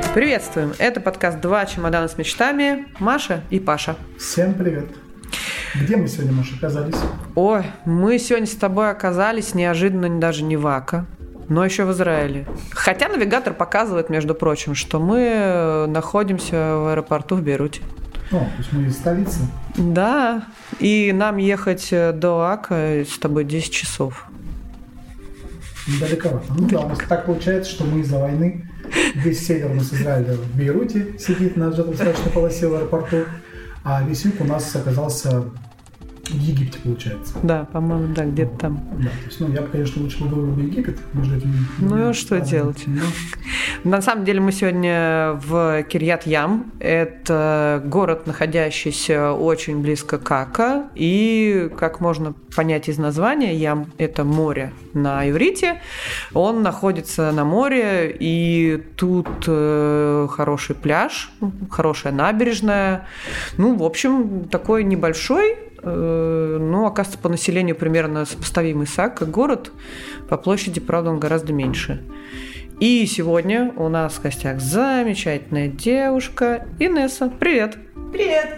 Приветствуем! Это подкаст «Два чемодана с мечтами». Маша и Паша. Всем привет! Где мы сегодня, Маша, оказались? Ой, мы сегодня с тобой оказались неожиданно даже не в Ака, но еще в Израиле. Хотя навигатор показывает, между прочим, что мы находимся в аэропорту в Бейруте. О, то есть мы из столицы? Да, и нам ехать до Ака с тобой 10 часов. Далековато. Ну да, у нас так получается, что мы из-за войны весь север у нас Израиля в Бейруте сидит на взлетно-посадочной полосе в аэропорту, а весь юг у нас оказался в Египте, получается. Да, по-моему, да, где-то там. Да, то есть, я бы, конечно, лучше выбрал бы Египет между этими. Ну, что делать? На самом деле мы сегодня в Кирьят-Ям. Это город, находящийся очень близко к Ака. И, как можно понять из названия, Ям – это море на иврите. Он находится на море, и тут хороший пляж, хорошая набережная. Ну, в общем, такой небольшой, но, оказывается, по населению примерно сопоставимый с Аккой город. По площади, правда, он гораздо меньше. И сегодня у нас в гостях замечательная девушка Инесса. Привет! Привет!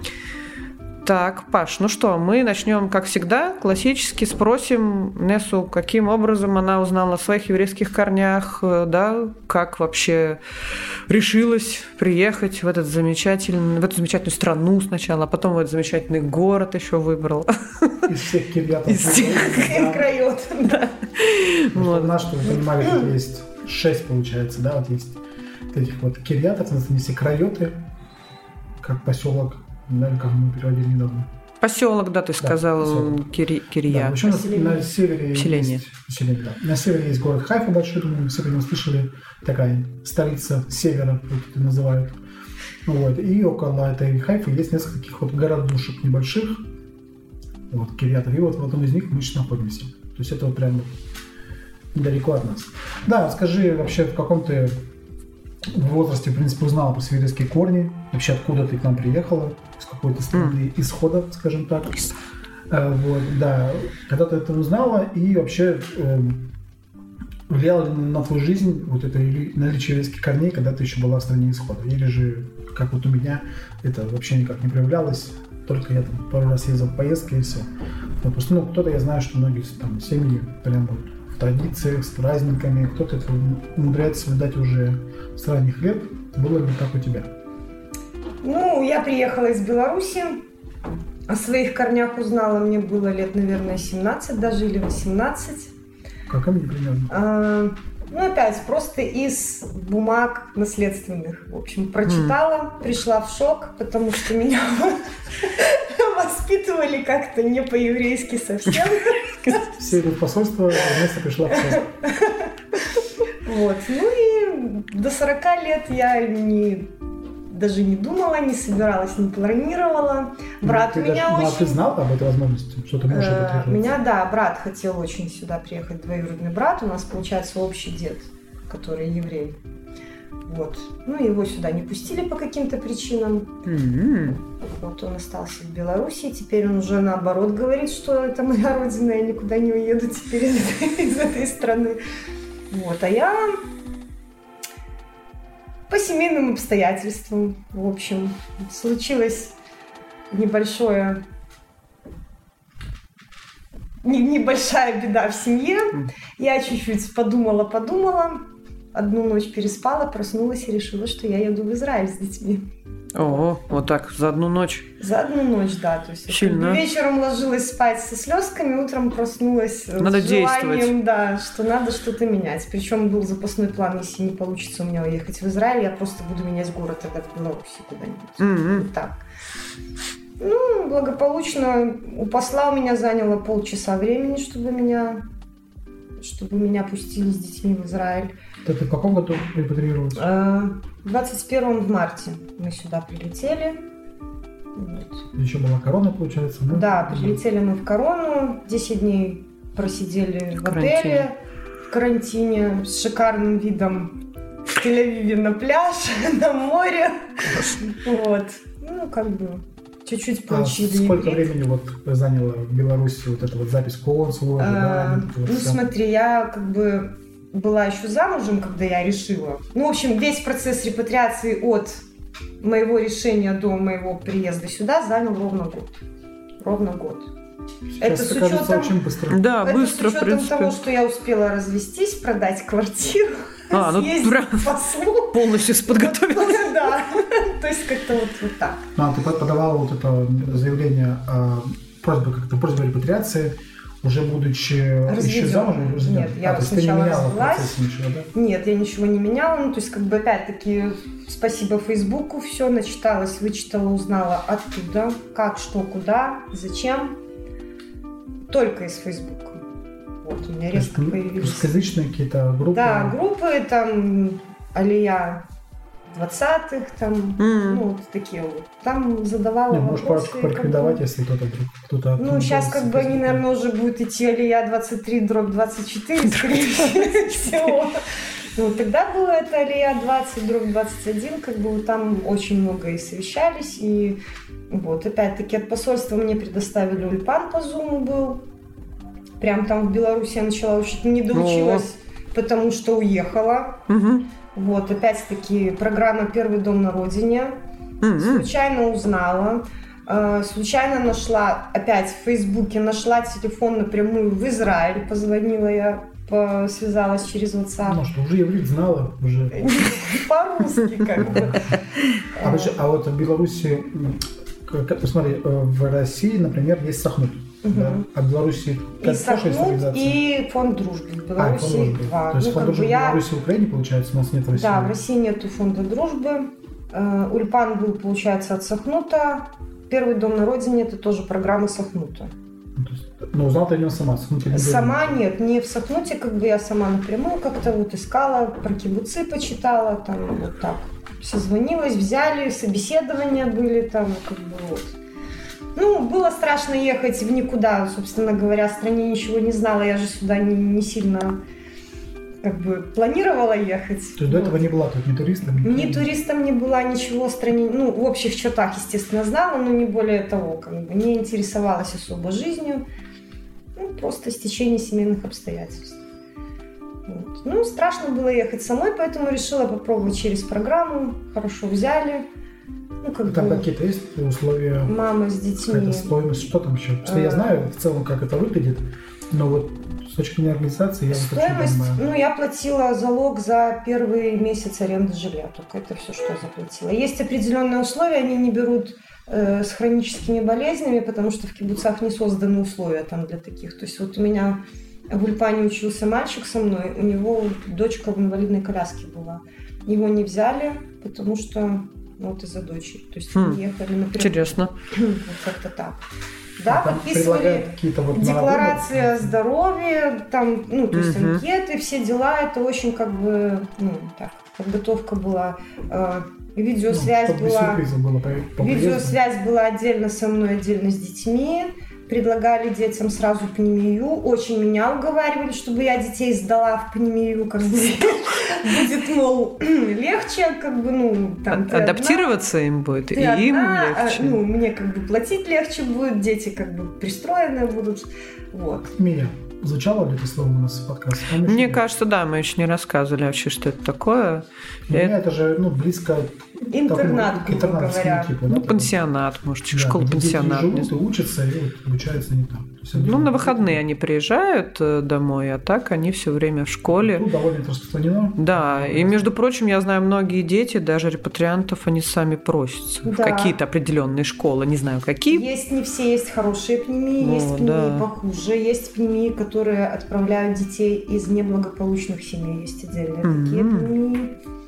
Так, Паш, ну что, мы начнем, как всегда, классически спросим Инессу, каким образом она узнала о своих еврейских корнях, да, как вообще решилась приехать в эту замечательную страну сначала, а потом в этот замечательный город еще выбрал. Из всех кирьятов. Из всех Крайот, да. Вот. Наш, чтобы вы понимали, тут есть 6, получается, да, вот есть этих вот кирьятов, они все крайоты, как поселок. Да, как мы переводили недавно. Поселок, да, ты сказал, Кирья. Да, еще на севере Поселение. Да. На севере есть город Хайфа большой, думаю, все про него слышали, такая столица севера, вот это называют. Вот. И около этой Хайфы есть несколько таких вот городушек небольших, вот, кирьятов, и вот в одном из них мы сейчас находимся. То есть это вот прям недалеко от нас. Да, скажи вообще, в каком ты в возрасте, в принципе, узнала про свои еврейские корни, вообще откуда ты к нам приехала, с какой-то страны исхода, скажем так. Вот, да, когда ты это узнала, и вообще влияло ли на твою жизнь вот это наличие еврейских корней, когда ты еще была в стране исхода? Или же, как вот у меня, это вообще никак не проявлялось, только я там пару раз ездил в поездки и все. Просто, кто-то, я знаю, что многие там семьи прям вот в традициях, с праздниками, кто-то это умудряется соблюдать уже с ранних лет. Было ли так у тебя? Ну, я приехала из Беларуси. О своих корнях узнала, мне было лет, наверное, 17 даже или 18. Как и мне примерно? Опять, просто из бумаг наследственных. В общем, прочитала, пришла в шок, потому что меня воспитывали как-то не по-еврейски совсем. Все идут в посольство, вместо пришла в шок. Вот. Ну и до 40 лет я даже не думала, не собиралась, не планировала. Брат меня очень... А ты знал об этой возможности, что ты можешь это Меня, да, брат хотел очень сюда приехать, двоюродный брат. У нас, получается, общий дед, который еврей. Вот. Ну, его сюда не пустили по каким-то причинам. Вот он остался в Беларуси. Теперь он уже наоборот говорит, что это моя родина, я никуда не уеду теперь из этой страны. Вот. А я по семейным обстоятельствам, в общем, случилось небольшая беда в семье. Я чуть-чуть подумала. Одну ночь переспала, проснулась и решила, что я еду в Израиль с детьми. Ого, вот так, за одну ночь? За одну ночь, да. То есть вечером ложилась спать со слезками, утром проснулась с желанием, да, что надо что-то менять. Причем был запасной план, если не получится у меня уехать в Израиль, я просто буду менять город тогда в Беларуси куда-нибудь. Вот так. Ну, благополучно у посла у меня заняло полчаса времени, чтобы меня пустили с детьми в Израиль. Ты в каком году репатриировалась? 21 в марте мы сюда прилетели. Вот. Еще была корона, получается? Да, прилетели мы в Корону, 10 дней просидели в отеле, в карантине, с шикарным видом в Тель-Авиве на пляж, на море. Вот. Ну, как бы чуть-чуть получили. Сколько времени вот заняло в Беларуси вот эта вот запись консула? Ну, смотри, я как бы была еще замужем, когда я решила. Ну, в общем, весь процесс репатриации от моего решения до моего приезда сюда занял ровно год. Ровно год. Сейчас это с учетом, очень быстро. Да, это быстро, с учетом того, что я успела развестись, продать квартиру, съездить в послу. Полностью подготовилась. Да, то есть как-то вот так. Ты подавала вот это заявление просьбы репатриации, уже будучи еще замужем? Нет, я сначала развелась. Нет, я ничего не меняла. Ну, то есть, как бы, опять-таки, спасибо Фейсбуку, все начиталась, вычитала, узнала оттуда, как, что, куда, зачем. Только из Фейсбука. Вот, у меня резко появились... Русскоязычные какие-то группы? Да, группы, там, Алия 20-х, там, ну, вот такие вот. Там задавала вопросы. Можешь порекомендовать, если кто-то... Ну, сейчас как бы они, наверное, уже будут идти Алия 23/24, скорее всего. Ну, тогда было это Алия 20/21, как бы там очень много и совещались, и вот, опять-таки, от посольства мне предоставили Ульпан по Зуму был. Прям там в Беларуси я начала учить, не доучилась, потому что уехала. Вот, опять-таки, программа «Первый дом на родине». Случайно узнала. Случайно нашла, опять в Фейсбуке, нашла телефон напрямую в Израиль. Позвонила я, связалась через WhatsApp. Ну что, уже иврит знала? Уже. По-русски как бы. А вот в Беларуси, смотри, в России, например, есть Сахнут. Да? А в Беларуси и Сахнут, и фонд дружбы. В Беларуси два. То есть фонд дружбы в Беларуси и Украине, получается, у нас нет в России? Да, в России нету фонда дружбы. Ульпан был, получается, от Сахнута. Первый дом на родине – это тоже программа Сахнута. Но узнала ты о нем сама? Сама нет, не в Сахнуте, как бы я сама напрямую как-то вот искала, про кибуцы почитала, там вот так. Созвонилась, взяли, собеседования были там, как бы вот. Ну, было страшно ехать в никуда, собственно говоря, в стране ничего не знала, я же сюда не сильно как бы планировала ехать. То есть до этого не была тут ни туристом? Ни туристом не была, ничего в стране, ну, в общих чертах, естественно, знала, но не более того, как бы не интересовалась особо жизнью, ну, просто стечение семейных обстоятельств. Вот. Ну, страшно было ехать самой, поэтому решила попробовать через программу, хорошо взяли. Ну, как там бы какие-то есть условия? Мама с детьми. Какая-то стоимость, что там еще? Потому что я знаю в целом, как это выглядит, но вот с точки зрения организации я вот это не понимаю. Ну, я платила залог за первый месяц аренды жилья, только это все, что я заплатила. Есть определенные условия, они не берут с хроническими болезнями, потому что в кибуцах не созданы условия там для таких. То есть вот у меня в Ульпане учился мальчик со мной, у него дочка в инвалидной коляске была. Его не взяли, потому что вот из-за дочери. То есть они ехали напрямую. Интересно. Вот как-то так. Да, подписывали декларации о здоровье, там, ну, то есть анкеты, все дела. Это очень как бы, ну, так, подготовка была. Видеосвязь была. Видеосвязь была отдельно со мной, отдельно с детьми. Предлагали детям сразу пневмию. Очень меня уговаривали, чтобы я детей сдала в пневмию, как бы будет, мол, легче, как бы, ну, там. Адаптироваться им будет, и им легче. Ну, мне как бы платить легче будет, дети как бы пристроенные будут. Вот. Меня. Звучало ли это слово у нас в подкасте? Мне кажется, да, мы еще не рассказывали вообще, что это такое. Это же, ну, близко интернат, грубо говоря. Типу, ну, пансионат, может, школа-пансионат. Дети живут, учатся, и вот обучаются не там. Ну, на выходные они приезжают домой, а так они все время в школе. Тут довольно распространено. Да, и, между прочим, я знаю, многие дети, даже репатриантов, они сами просятся в какие-то определенные школы, не знаю, какие. Есть не все, есть хорошие пневмии, есть пневмии похуже, есть пневмии, которые отправляют детей из неблагополучных семей, есть отдельные такие пневмии.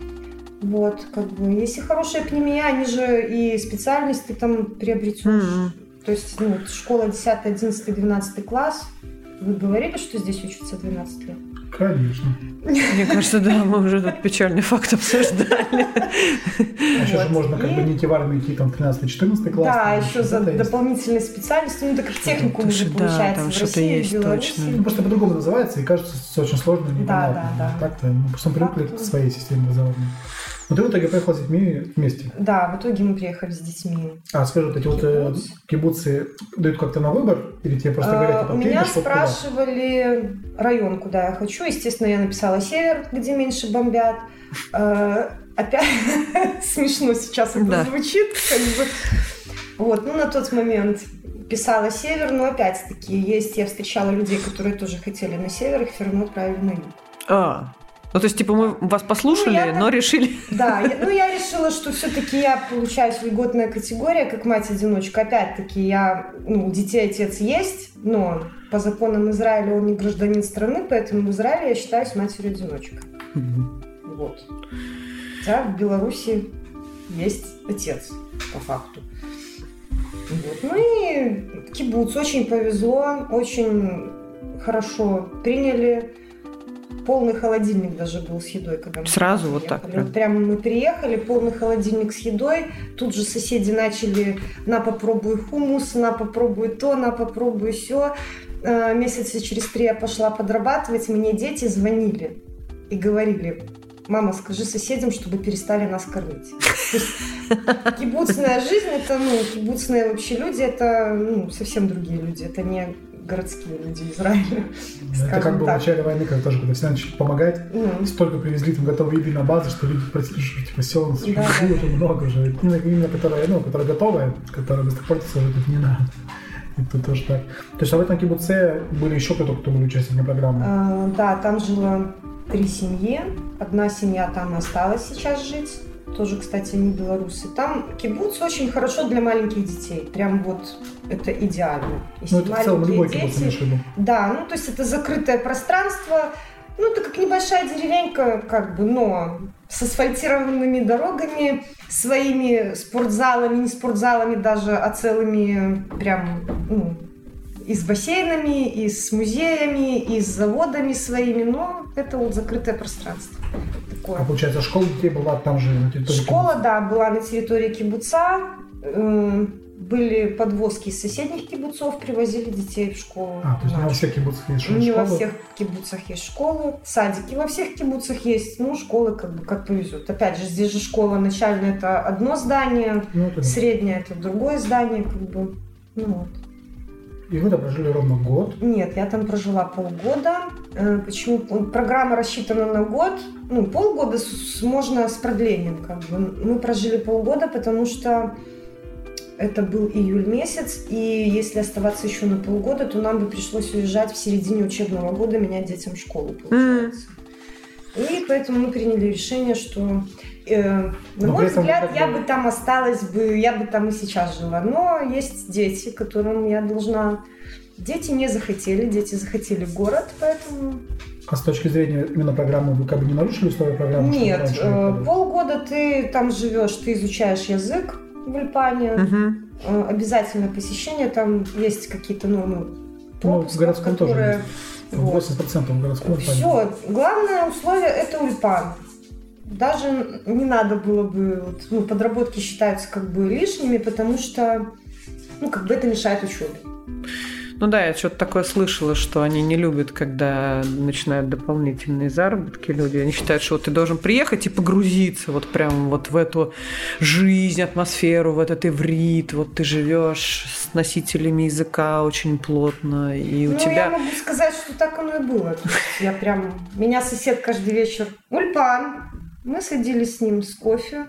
Вот, как бы, если хорошая пневмия, они же и специальности там приобретешь. То есть, ну, школа 10, 11, 12 класс. Вы говорили, что здесь учатся 12 лет? Конечно. Мне кажется, да, мы уже тут печальный факт обсуждали. А еще же можно как бы не идти в армию, идти там 13-14 класс. Да, еще за дополнительные специальности, ну так техникум уже получается в России, в Беларуси. Ну просто по-другому называется, и кажется, все очень сложно. Да. Так-то мы просто привыкли к своей системе образования. Но ты в итоге поехала с детьми вместе? Да, в итоге мы приехали с детьми. Скажи, вот эти вот кибуцы дают как-то на выбор? Или тебе просто говорят, у меня спрашивали район, куда я хочу. Естественно, я написала север, где меньше бомбят. Опять смешно сейчас это звучит. Вот, на тот момент писала север, но опять-таки я встречала людей, которые тоже хотели на север, их все равно отправили на юг. Ну, то есть, типа, мы вас послушали, но решили... Да, я решила, что все-таки я получаюсь льготная категория, как мать-одиночка. Опять-таки, у детей отец есть, но по законам Израиля он не гражданин страны, поэтому в Израиле я считаюсь матерью-одиночкой. Вот. Хотя в Беларуси есть отец, по факту. Вот. И кибуц очень повезло, очень хорошо приняли. Полный холодильник даже был с едой, когда мы сразу приехали. Вот так. Вот прямо мы приехали, полный холодильник с едой. Тут же соседи начали: на, попробуй хумус, на, попробуй то, на, попробуй сё. Месяца через 3 я пошла подрабатывать, мне дети звонили и говорили: мама, скажи соседям, чтобы перестали нас кормить. То есть кибуцная жизнь, это, кибуцные вообще люди, это, совсем другие люди, это не городские люди Израиля. Это как было в начале войны, когда все начали помогать, столько привезли там готовой еды на базу, что люди просили, что типа все, уже много уже. Именно которая готовая, которая быстро портится, это не надо. Это тоже так. То есть в этом кибуце были еще кто были участниками программы? Да, там жило 3 семьи. Одна семья там осталась сейчас жить. Тоже, кстати, не белорусы. Там кибуц очень хорошо для маленьких детей. Прям вот это идеально. Если это в целом любой кибуц, имеешь в виду? Да, то есть это закрытое пространство. Это как небольшая деревенька, но с асфальтированными дорогами, своими спортзалами, не спортзалами даже, а целыми прям, и с бассейнами, и с музеями, и с заводами своими, но это вот закрытое пространство. Такое. А получается, школа детей была там же на территории Школа, кибуца? Да, была на территории кибуца. Были подвозки из соседних кибуцов, привозили детей в школу. То есть не во всех кибуцах есть школы? Не во всех кибуцах есть школы. Садики во всех кибуцах есть. Школы как повезет. Опять же, здесь же школа начальная — это одно здание, средняя — это другое здание. Вот. И вы там прожили ровно год? Нет, я там прожила полгода. Почему? Программа рассчитана на год. Полгода можно с продлением. Мы прожили полгода, потому что это был июль месяц, и если оставаться еще на полгода, то нам бы пришлось уезжать в середине учебного года, менять детям школу, получается. И поэтому мы приняли решение, что, на мой взгляд, я бы там осталась бы, я бы там и сейчас жила. Но есть дети, которым я должна... Дети не захотели, дети захотели город, поэтому... А с точки зрения именно программы, вы как бы не нарушили условия программы? Нет, полгода ты там живешь, ты изучаешь язык в Ульпане, обязательное посещение, там есть какие-то нормы пропусков, в городском которые... Вот. 80% в городском. Все, главное условие — это Ульпан. Даже не надо было бы... подработки считаются лишними, потому что это мешает учебе. Я что-то такое слышала, что они не любят, когда начинают дополнительные заработки люди. Они считают, что ты должен приехать и погрузиться прям в эту жизнь, атмосферу, в этот иврит. Ты живешь с носителями языка очень плотно, и у тебя... Я могу сказать, что так оно и было. Меня сосед каждый вечер: Ульпан. Мы садились с ним с кофе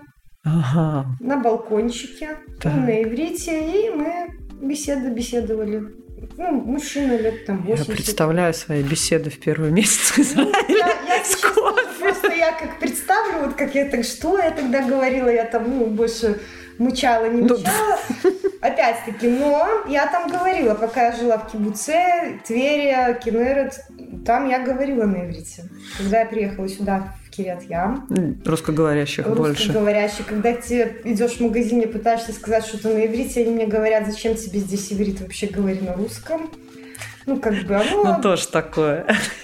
на балкончике, на иврите, и мы беседовали. Мужчина лет 80. Я представляю свои беседы в первый месяц Израиля с кофе. Просто я как представлю, что я тогда говорила, я там больше мычала, не мычала. Опять-таки, но я там говорила, пока я жила в кибуце, Твери, Кинерет, там я говорила на иврите. Когда я приехала сюда, в Кирьят-Ям. Русскоговорящих больше. Русскоговорящих. Когда ты идешь в магазине, пытаешься сказать что-то на иврите, они мне говорят: зачем тебе здесь иврит, вообще говори на русском. Оно... тоже такое.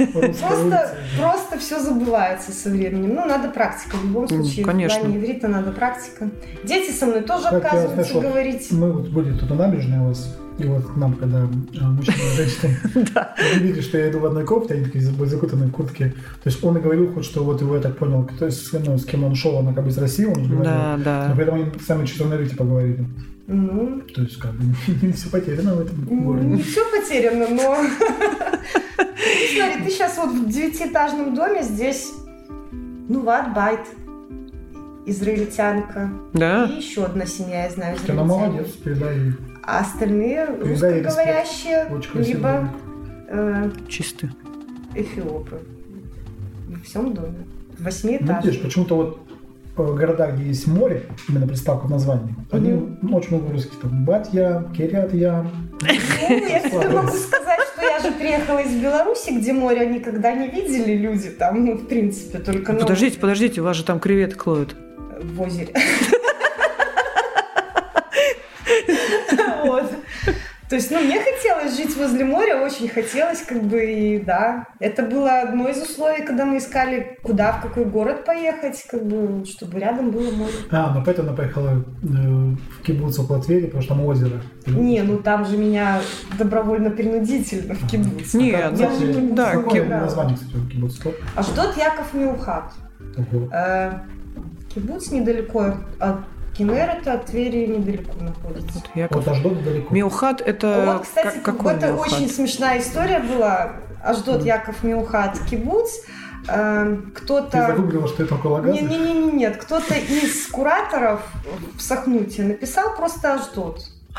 Просто все забывается со временем. Надо практика. В любом случае, конечно. В плане иврита надо практика. Дети со мной тоже отказываются говорить. Мы были тут на набережной у вас, И вот к нам, когда мужчина и женщина увидели, что я иду в одной кофте, они такие закутаны в куртке. То есть он и говорил хоть, что вот его, я так понял, с кем он шел, она как бы из России, он говорил. Да. Но при этом они сами чуть на иврите поговорили. То есть как бы не все потеряно в этом городе. Не все потеряно, но... Смотри, ты сейчас вот в 9-этажном доме, здесь, Ватбайт, израильтянка. Да. И еще одна семья, я знаю, израильтянка. Она молодец, передай ей. А остальные русскоговорящие, либо чистые эфиопы. Во всем доме. В 8 этажах. Видишь, почему-то вот в городах, где есть море, именно приставка в названии, они очень много русских. Там Батья, Кирят-Ям. Я тебе могу сказать, что я же приехала из Беларуси, где море никогда не видели люди. Там, в принципе, только... Подождите, у вас же там креветок ловят. В озере. Вот. То есть, мне хотелось жить возле моря, очень хотелось, и да. Это было одно из условий, когда мы искали, куда, в какой город поехать, чтобы рядом было море. Поэтому она поехала в кибуц около Твери, потому что там озеро. Не, там же меня добровольно-принудительно в кибуц. Нет, какое название, кстати, у кибуца? Ашдот Яков Миухат. Кибуц недалеко от Кинерета, от Твери недалеко находится. Вот Ашдот далеко. Миухат это... Кстати, это очень смешная история была. Ашдот Яков Миухат Кибуц. Кто-то... Ты загуглила, что это около Газа? Нет. Кто-то из кураторов в Сахнуте написал просто Ашдот.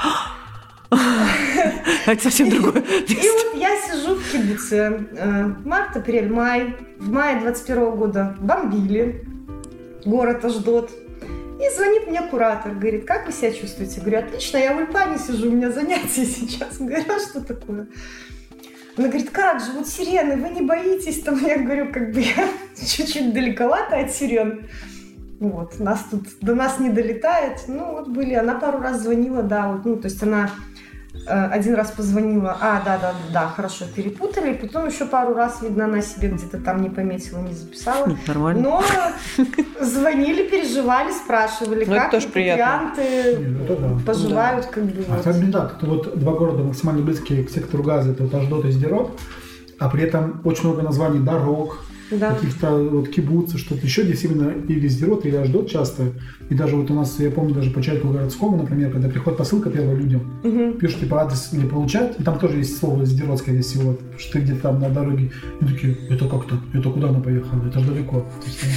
Это совсем другое. И вот я сижу в кибуце. Март, апрель, май. В мае 21 года бомбили город Ашдот. И звонит мне куратор, говорит, как вы себя чувствуете? Говорю, отлично, я в Ульпане сижу, у меня занятия сейчас. Говорю, а что такое? Она говорит, как же, вот сирены, вы не боитесь? Там я говорю, я чуть-чуть далековато от сирен. Вот, до нас не долетает. Были, она пару раз звонила, да, то есть она один раз позвонила, да, хорошо, перепутали, и потом еще пару раз, видно, она себе где-то там не пометила, не записала. Нормально. Но звонили, переживали, спрашивали, как репатрианты поживают, Это вот два города максимально близкие к сектору Газа, это вот Ашдот и Сдерот, а при этом очень много названий дорог, каких-то кибуцев, что-то еще, здесь именно или Сдерот, или Ашдот часто. И даже вот у нас, я помню, даже по чатику городскому, например, когда приходит посылка первым людям, пишут адрес, где получать, и там тоже есть слово Сдеротское здесь всего, что ты где-то там на дороге, и такие, это как-то, это куда она поехала, это же далеко.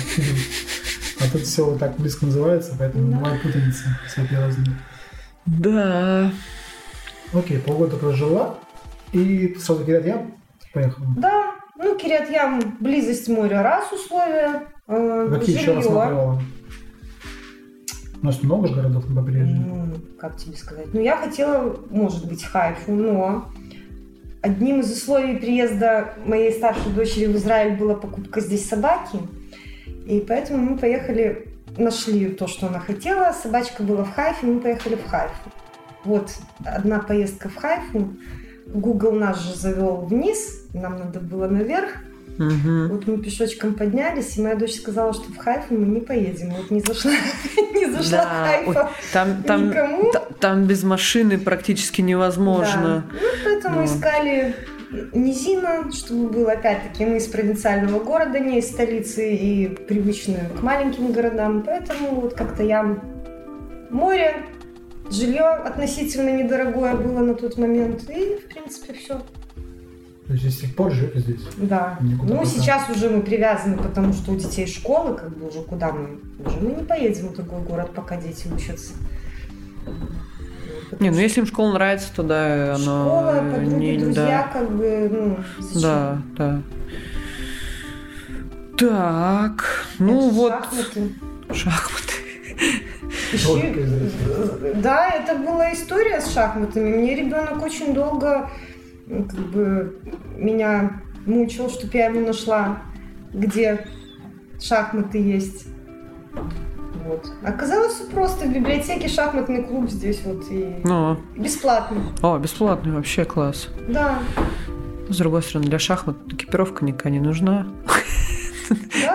А тут все вот так близко называется, поэтому бывает путаница всякие разные. Да. Окей, полгода прожила, и сразу Кирят-Ям поехала. Да. Кирят-Ям, близость моря, раз условия. Какие еще рассматривала? У нас много же городов на побережье. Как тебе сказать? Я хотела, может быть, Хайфу, но одним из условий приезда моей старшей дочери в Израиль была покупка здесь собаки. И поэтому мы поехали, нашли то, что она хотела. Собачка была в Хайфе, мы поехали в Хайфу. Вот одна поездка в Хайфу. Google нас же завел вниз, нам надо было наверх. Вот мы пешочком поднялись, и моя дочь сказала, что в Хайфу мы не поедем. Вот не зашла Хайфа никому. Там без машины практически невозможно. Да. Поэтому искали низина, чтобы было, опять-таки, мы из провинциального города, не из столицы, и привычны к маленьким городам. Поэтому вот как-то море, жилье относительно недорогое было на тот момент, и, в принципе, все. То есть с тех пор живете здесь? Да. Сейчас уже мы привязаны, потому что у детей школы, уже куда мы? Мы не поедем в другой город, пока дети учатся. Если им школа нравится, то да, она... Школа, подруги, друзья, зачем? Да. Так, Шахматы. Да, это была история с шахматами. Мне ребенок очень долго меня мучил, чтобы я ему нашла, где шахматы есть. Вот. Оказалось, все просто. В библиотеке шахматный клуб здесь и бесплатный. Бесплатный, вообще класс. Да. С другой стороны, для шахмат экипировка никакая не нужна. Да?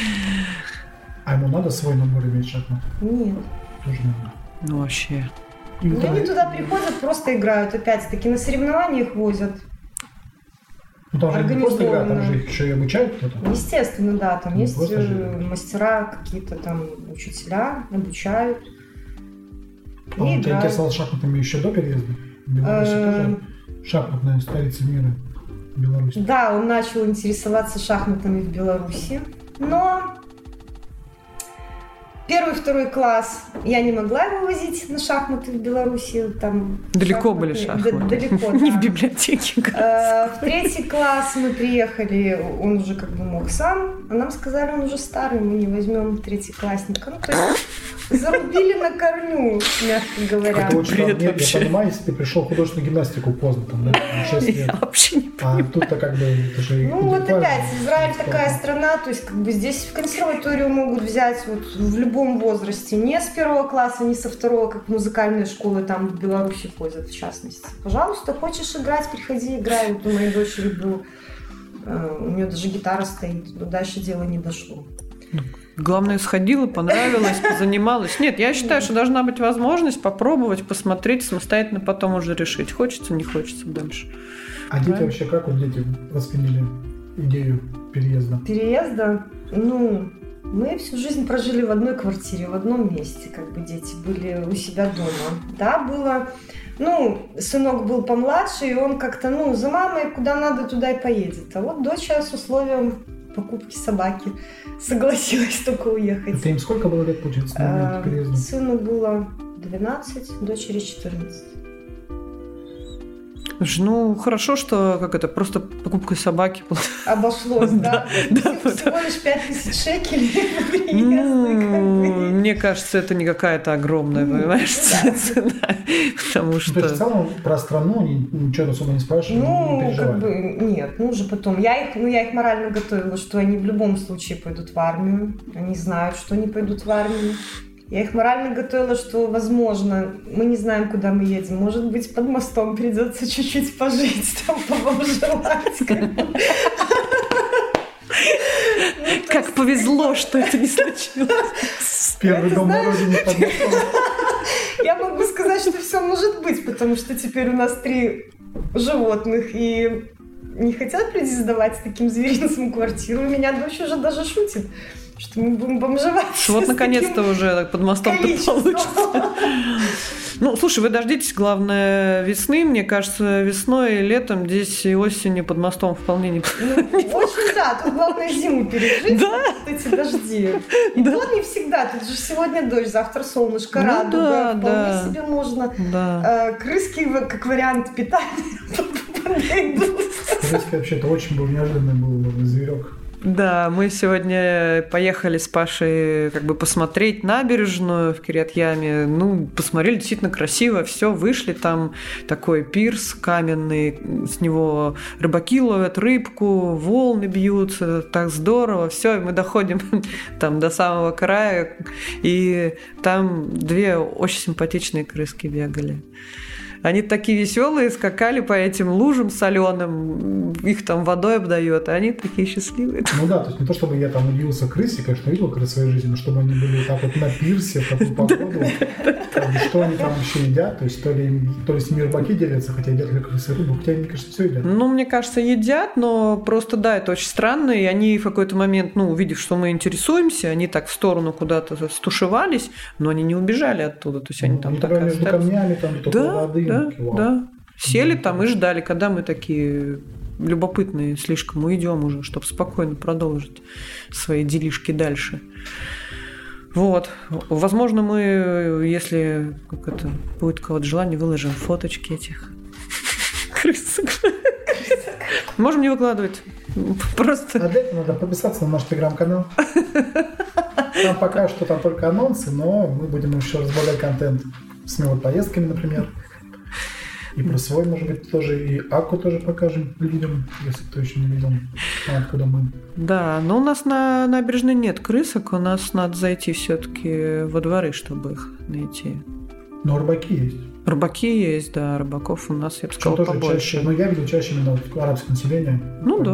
А ему надо свой набор иметь шахмат? Нет. Тоже надо. Вообще. Они туда приходят, просто играют. Опять-таки на соревнованиях возят. Ну там же не просто играют, там же их еще и обучают кто-то. Естественно, да. Там есть мастера, какие-то там учителя, обучают. По-моему, ты интересовался шахматами еще до переезда? В Беларуси тоже шахматная столица мира. Беларусь. Да, он начал интересоваться шахматами в Беларуси, но 1-2 класс я не могла его возить на шахматы в Беларуси. Там далеко были шахматы. Далеко, не в библиотеке. В 3 класс мы приехали, он уже как бы мог сам, а нам сказали, он уже старый, мы не возьмем 3-классника. Ну, то есть зарубили на корню, мягко говоря. Это очень нет, я понимаю, если ты пришел в художественную гимнастику поздно, там, да, 6 лет. Я вообще не понимаю. А тут-то как бы... Это же ну вот опять, Израиль такая страна, то есть как бы здесь в консерваторию могут взять вот в любом возрасте, не с 1 класса, не со 2, как в музыкальные школы там в Беларуси ходят, в частности. Пожалуйста, хочешь играть, приходи, играй. Вот у моей дочери был, у нее даже гитара стоит, но дальше дело не дошло. Главное, сходила, понравилось, позанималась. Нет, я считаю, что должна быть возможность попробовать, посмотреть, самостоятельно потом уже решить, хочется, не хочется дальше. А дети вообще, как вот дети восприняли идею переезда? Переезда? Ну, мы всю жизнь прожили в одной квартире, в одном месте, как бы дети были у себя дома. Да, было... Ну, сынок был помладше, и он как-то, ну, за мамой куда надо, туда и поедет. А вот дочь с условием покупки собаки согласилась только уехать. Это им сколько было лет, получается, на момент переезда? Сыну было 12, дочери 14. Ну, хорошо, что как это, просто покупкой собаки обошлось, да? Всего лишь 5000 шекелей. Мне кажется, это не какая-то огромная, понимаешь, цена. Потому что... То есть в целом про страну ничего особо не спрашивали, не переживали? Как бы нет, ну уже потом. Я их морально готовила, что они в любом случае пойдут в армию. Они знают, что они пойдут в армию. Я их морально готовила, что, возможно, мы не знаем, куда мы едем. Может быть, под мостом придется чуть-чуть пожить, там, побомжевать. Как повезло, что это не случилось. Первый дом на родине под мостом. Я могу сказать, что все может быть, потому что теперь у нас 3 животных, и не хотят люди сдавать таким зверинцам квартиру. У меня дочь уже даже шутит, что мы будем бомжевать. Вот наконец-то уже под мостом-то получится. Ну, слушай, вы дождитесь, главное, весны. Мне кажется, весной и летом, здесь и осенью под мостом вполне не... Очень, да. Тут главное зиму пережить, эти дожди. И то не всегда. Тут же сегодня дождь, завтра солнышко, радуга. Вполне себе можно. Крыски как вариант питания подойдут. Крыски вообще-то очень был неожиданный был зверек. Да, мы сегодня поехали с Пашей как бы посмотреть набережную в Кирьят-Яме. Ну, посмотрели, действительно красиво, все, вышли, там такой пирс каменный, с него рыбаки ловят рыбку, волны бьются, так здорово, все, и мы доходим там до самого края, и там 2 очень симпатичные крыски бегали. Они такие веселые, скакали по этим лужам соленым, их там водой обдает, а они такие счастливые. Ну да, то есть не то, чтобы я там удивился крысе, конечно, видел крыс в своей жизни, но чтобы они были так вот на пирсе, в такую погоду, что они там еще едят, то есть то ли с ними рыбаки делятся, хотя едят ли крысы рыбу, хотя, мне кажется, все едят. Ну, мне кажется, едят, но просто, да, это очень странно, и они в какой-то момент, ну, увидев, что мы интересуемся, они так в сторону куда-то стушевались, но они не убежали оттуда, то есть они там так между камнями, там только воды. Да. Сели там и ждали, когда мы такие любопытные слишком уйдем уже, чтобы спокойно продолжить свои делишки дальше. Вот. Возможно, мы, если будет у кого-то желание, выложим фоточки этих крысок. Можем не выкладывать. Просто... А для этого надо подписаться на наш телеграм-канал. Там пока что там только анонсы, но мы будем еще разбавлять контент с поездками, например. И про свой, может быть, тоже, и Акку тоже покажем людям, если кто еще не видел, откуда мы. Да, но у нас на набережной нет крысок, у нас надо зайти все-таки во дворы, чтобы их найти. Но рыбаки есть. Рыбаки есть, да, рыбаков у нас, я бы сказала, побольше. Чаще, но я видел чаще именно арабское население. Ну да.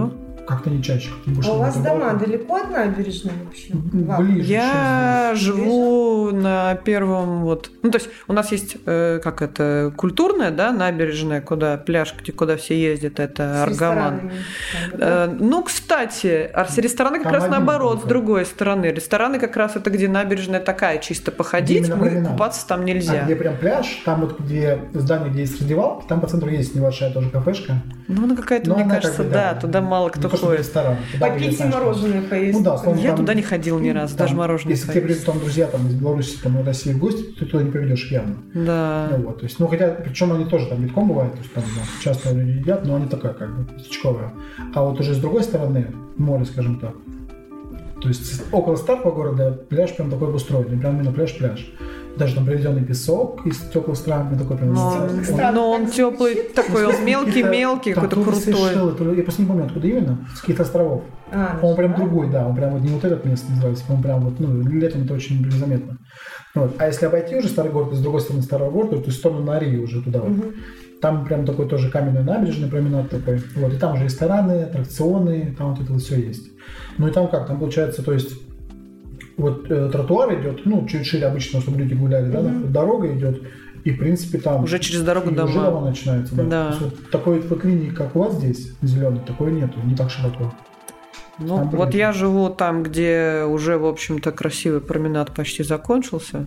как-то не чаще. А у вас дома далеко от набережной вообще? Ближе. Я живу на первом вот... Ну, то есть у нас есть, культурная, да, набережная, куда пляж, куда все ездят, это Аргаман. Ну, кстати, рестораны как раз наоборот, с другой стороны. Рестораны как раз это где набережная такая, чисто походить, купаться там нельзя. А где прям пляж, там вот где здание, где есть раздевалки, там по центру есть небольшая тоже кафешка. Ну, она какая-то, мне кажется, да, туда мало кто ходит. Попить и мороженое поесть. Ну да, я туда не ходил ни разу, даже мороженое. Если тебе придут там друзья там, из Беларуси, там, из России в гости, то ты туда не поведешь явно. Да. Ну, вот, то есть, хотя, причем они тоже там битком бывают, то есть там часто люди едят, но они такая как бы стычковая. А вот уже с другой стороны, море, скажем так, то есть около старого города пляж прям такой обустроенный, прям именно пляж-пляж. Даже там приведенный песок из теплых стран, такой прям... Но он теплый, такой он мелкий, какой-то крутой. Я просто не помню, откуда именно, с каких-то островов. По-моему, прям другой, да, он прям вот не вот этот место называется, по-моему, прям вот, летом это очень заметно. Вот. А если обойти уже старый город, с другой стороны старого города, то есть в сторону Нарии уже туда вот. Там прям такой тоже каменный набережный променад такой. Вот. И там уже рестораны, аттракционы, там вот это вот все есть. Ну и там как, там получается, то есть вот тротуар идет, чуть шире обычного, чтобы люди гуляли, да, дорога идет, и в принципе там... Уже через дорогу дома. Уже дома начинается, да. Да. То есть, вот такой вот линии, как у вас здесь, зеленый, такой нету, не так широко. Ну, там вот я живу там, где уже, в общем-то, красивый променад почти закончился.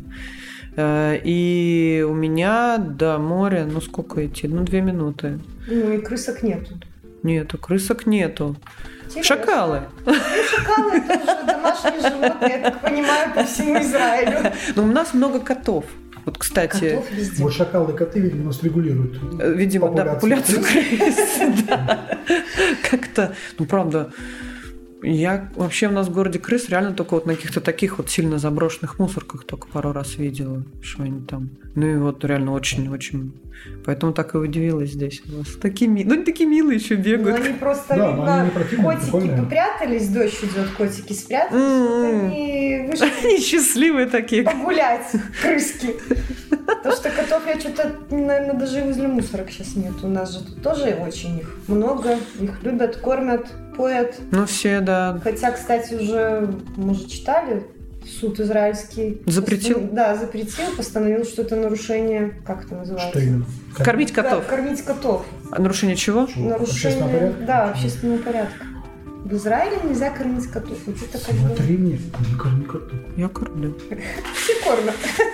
И у меня до моря, сколько идти? 2 минуты. Ну, и крысок нету. Нету, крысок нету. Интересно. Шакалы. Шакалы тоже домашние животные, я так понимаю, по всему Израилю. Но у нас много котов. Вот, кстати... Котов везде. Вот шакалы и коты, видимо, нас регулируют. Видимо, популяцию крыс. Как-то, правда... Вообще у нас в городе крыс реально только вот на каких-то таких вот сильно заброшенных мусорках только пару раз видела, что они там. Ну и вот реально очень-очень. Поэтому так и удивилась здесь у вас. Такие милые, такие милые еще бегают. Они просто, видно, котики попрятались, дождь идет, котики спрятались, они вышли. Они счастливые такие. Погулять, крыски. Потому что котов я что-то, наверное, даже возле мусорок сейчас нет. У нас же тут тоже очень их много, их любят, кормят, поят. Все, да. Хотя, кстати, уже, может, читали, суд израильский... Запретил? Запретил, постановил, что это нарушение, как это называется? Что именно? Кормить котов. Да, кормить котов. А нарушение чего? Нарушение, общественного порядка? Да, общественного порядка. В Израиле нельзя кормить котов. Вот это как бы... Смотри мне, не корми котов. Я кормлю. Все кормят.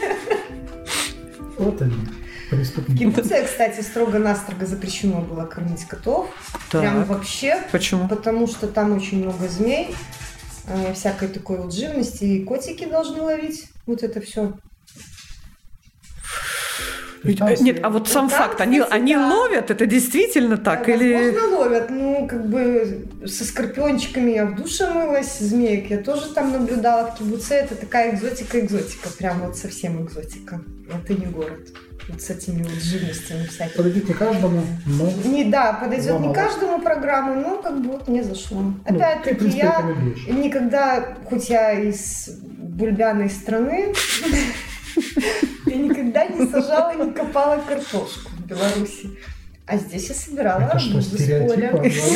Вот они. В кибуце, кстати, строго-настрого запрещено было кормить котов. Так. Прям вообще. Почему? Потому что там очень много змей, всякой такой вот живности, и котики должны ловить. Вот это все. Нет, а вот сам факт, они ловят, это действительно так? Да, или... Возможно, ловят. Со скорпиончиками я в душе мылась, змеек я тоже там наблюдала в кибуце. Это такая экзотика. Прям вот совсем экзотика. Это не город. Вот с этими вот живностями всякими. Подойдет не каждому, но... подойдет не каждому программу, но как бы вот мне зашло. Опять-таки, я никогда, хоть я из бульбяной страны, я никогда не сажала, не копала картошку в Беларуси. А здесь я собирала арбузы с поля.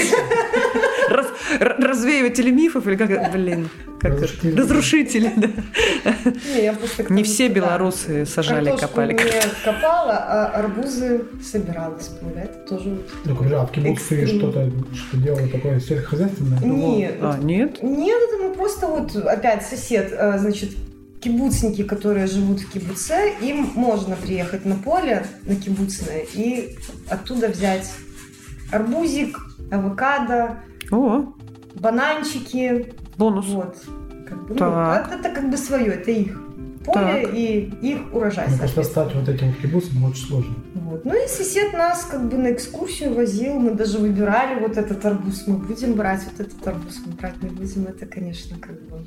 Развеиватели мифов или как? Разрушители, да. Не все белорусы сажали, копали. Картошку не копала, а арбузы собирала с поля. Это тоже... А в кибуце что-то делала такое сельскохозяйственное? Нет. Нет? Нет, это мы просто вот опять сосед, значит, кибуцники, которые живут в кибуце, им можно приехать на поле, на кибуцное, и оттуда взять арбузик, авокадо, бананчики. Бонус. Вот. Это как бы свое, это их поле и их урожай. Просто стать вот этим кибуцем очень сложно. Вот. Ну и сосед нас как бы на экскурсию возил, мы даже выбирали вот этот арбуз, мы будем брать вот этот арбуз, мы брать не будем, это, конечно, как бы...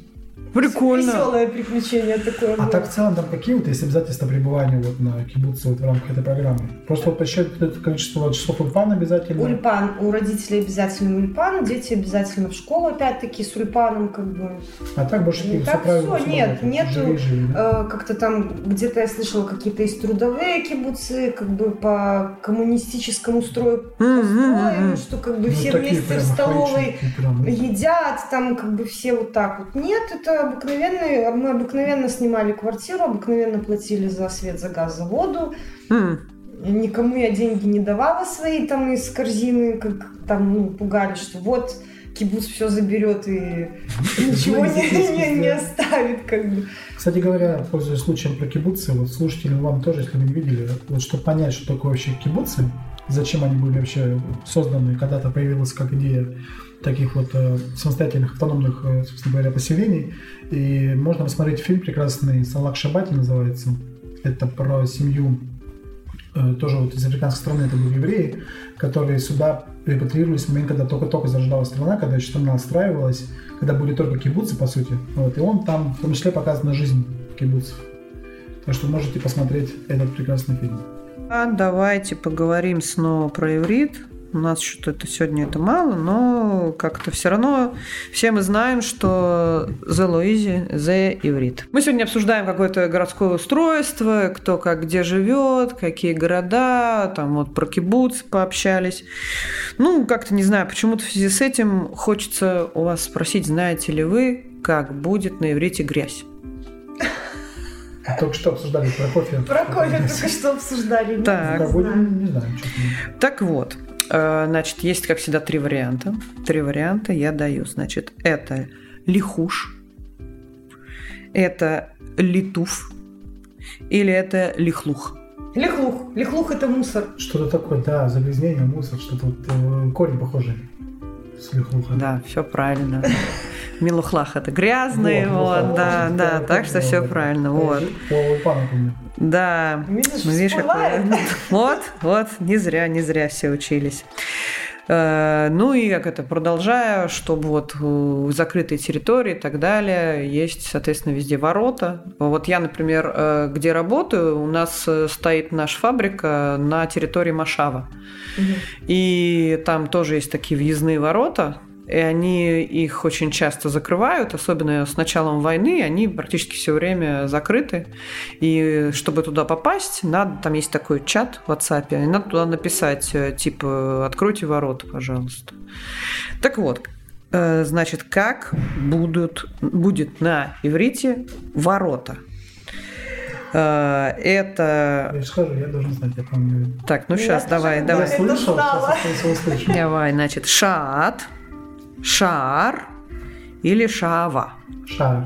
Прикольно. Веселое приключение такое. А так в целом там какие вот есть обязательства пребывания вот на кибуце вот в рамках этой программы? Просто вот посчитать это количество часов ульпан обязательно? Ульпан. У родителей обязательно ульпан, дети обязательно в школу опять-таки с ульпаном как бы. А так больше не так все, нету. Да? Как-то там где-то я слышала какие-то есть трудовые кибуцы, как бы по коммунистическому строю построены, что как бы все вместе в столовой едят, там как бы все вот так вот. Нет, это обыкновенные, мы обыкновенно снимали квартиру, обыкновенно платили за свет, за газ, за воду. Никому я деньги не давала свои там из корзины, как там пугали, что вот кибуц все заберет и ничего не оставит. Как бы. Кстати говоря, пользуясь случаем про кибуцы, вот слушателям вам тоже, если вы не видели, вот чтобы понять, что такое вообще кибуцы, зачем они были вообще созданы, когда-то появилась как идея таких вот самостоятельных, автономных, собственно говоря, поселений. И можно посмотреть фильм прекрасный «Салах Шабати» называется. Это про семью, тоже вот из африканской страны, это были евреи, которые сюда репатриировались в момент, когда только-только зарождалась страна, когда еще страна отстраивалась, когда были только кибуцы, по сути. Вот, и он там в том числе показана жизнь кибуцев. Так что можете посмотреть этот прекрасный фильм. Давайте поговорим снова про иврит. У нас что-то сегодня это мало, но как-то все равно все мы знаем, что the Loizi, the иврит. Мы сегодня обсуждаем какое-то городское устройство, кто как где живет, какие города, там вот про кибуц пообщались. Ну, как-то не знаю, почему-то в связи с этим хочется у вас спросить, знаете ли вы, как будет на иврите грязь? Только что обсуждали про кофе. Про кофе только что обсуждали. Так. Не знаю. Так вот. Значит, есть, как всегда, три варианта. Три варианта я даю. Значит, это лихуш, это литуф или это лихлух. Лихлух. Лихлух – это мусор. Что-то такое, да, загрязнение, мусор, что-то вот корень похожий с лихлуха. Да, все правильно. Милухлах – это грязный, вот, да, так что все правильно, вот. Да, видишь, вот, не зря все учились. Ну и как это, продолжая, чтобы вот в закрытой территории и так далее, есть, соответственно, везде ворота. Вот я, например, где работаю, у нас стоит наша фабрика на территории Машава. И там тоже есть такие въездные ворота, и они их очень часто закрывают, особенно с началом войны, они практически все время закрыты. И чтобы туда попасть, надо, там есть такой чат в WhatsApp, и надо туда написать, типа, откройте ворота, пожалуйста. Так вот, значит, как будет на иврите ворота? Это... Я скажу, я должен знать, я помню. Так, ну сейчас, давай. Я слышал, сейчас Давай, значит, шаат, шаар или шаава? Шаар.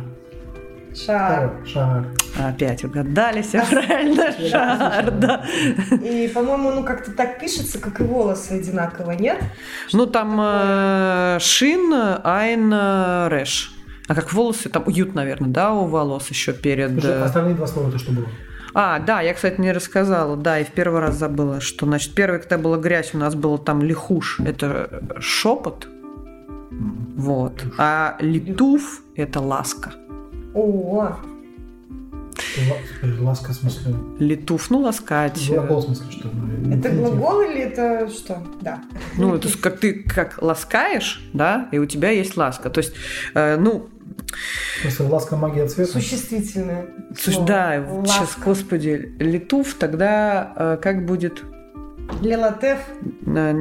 Опять угадали, все правильно, шаар, да. И, по-моему, как-то так пишется, как и волосы одинаково, нет? Ну, там шин, айн, реш. А как волосы, там уют, наверное, да, у волос еще перед... Остальные два слова, то что было? Да, я, кстати, не рассказала, да, и в первый раз забыла, что, значит, первый, когда была грязь, у нас было там лихуш, это шепот, вот, а литуф – это ласка. О, ласка в смысле? Литуф, ну, ласкать. Глагол в смысле, что? Это глагол или это что? Да. Ну, это как ты как ласкаешь, да, и у тебя есть ласка. То есть, ну... Просто ласка магия цвета? Существительное. Да, ласка. Сейчас, господи, литуф, тогда как будет... Лелатеф. Да,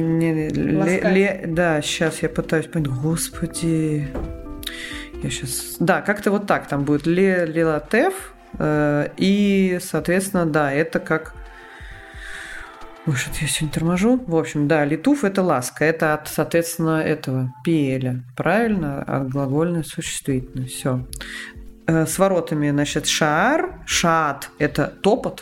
сейчас я пытаюсь понять. Господи... Я сейчас... Да, как-то вот так там будет лелатеф, и, соответственно, да, это как... Ой, что-то я сегодня торможу. В общем, да, литуф – это ласка, это от, соответственно, этого пиэля, правильно? От глагольной существительной, все. С воротами, значит, шаар, шаат – это топот,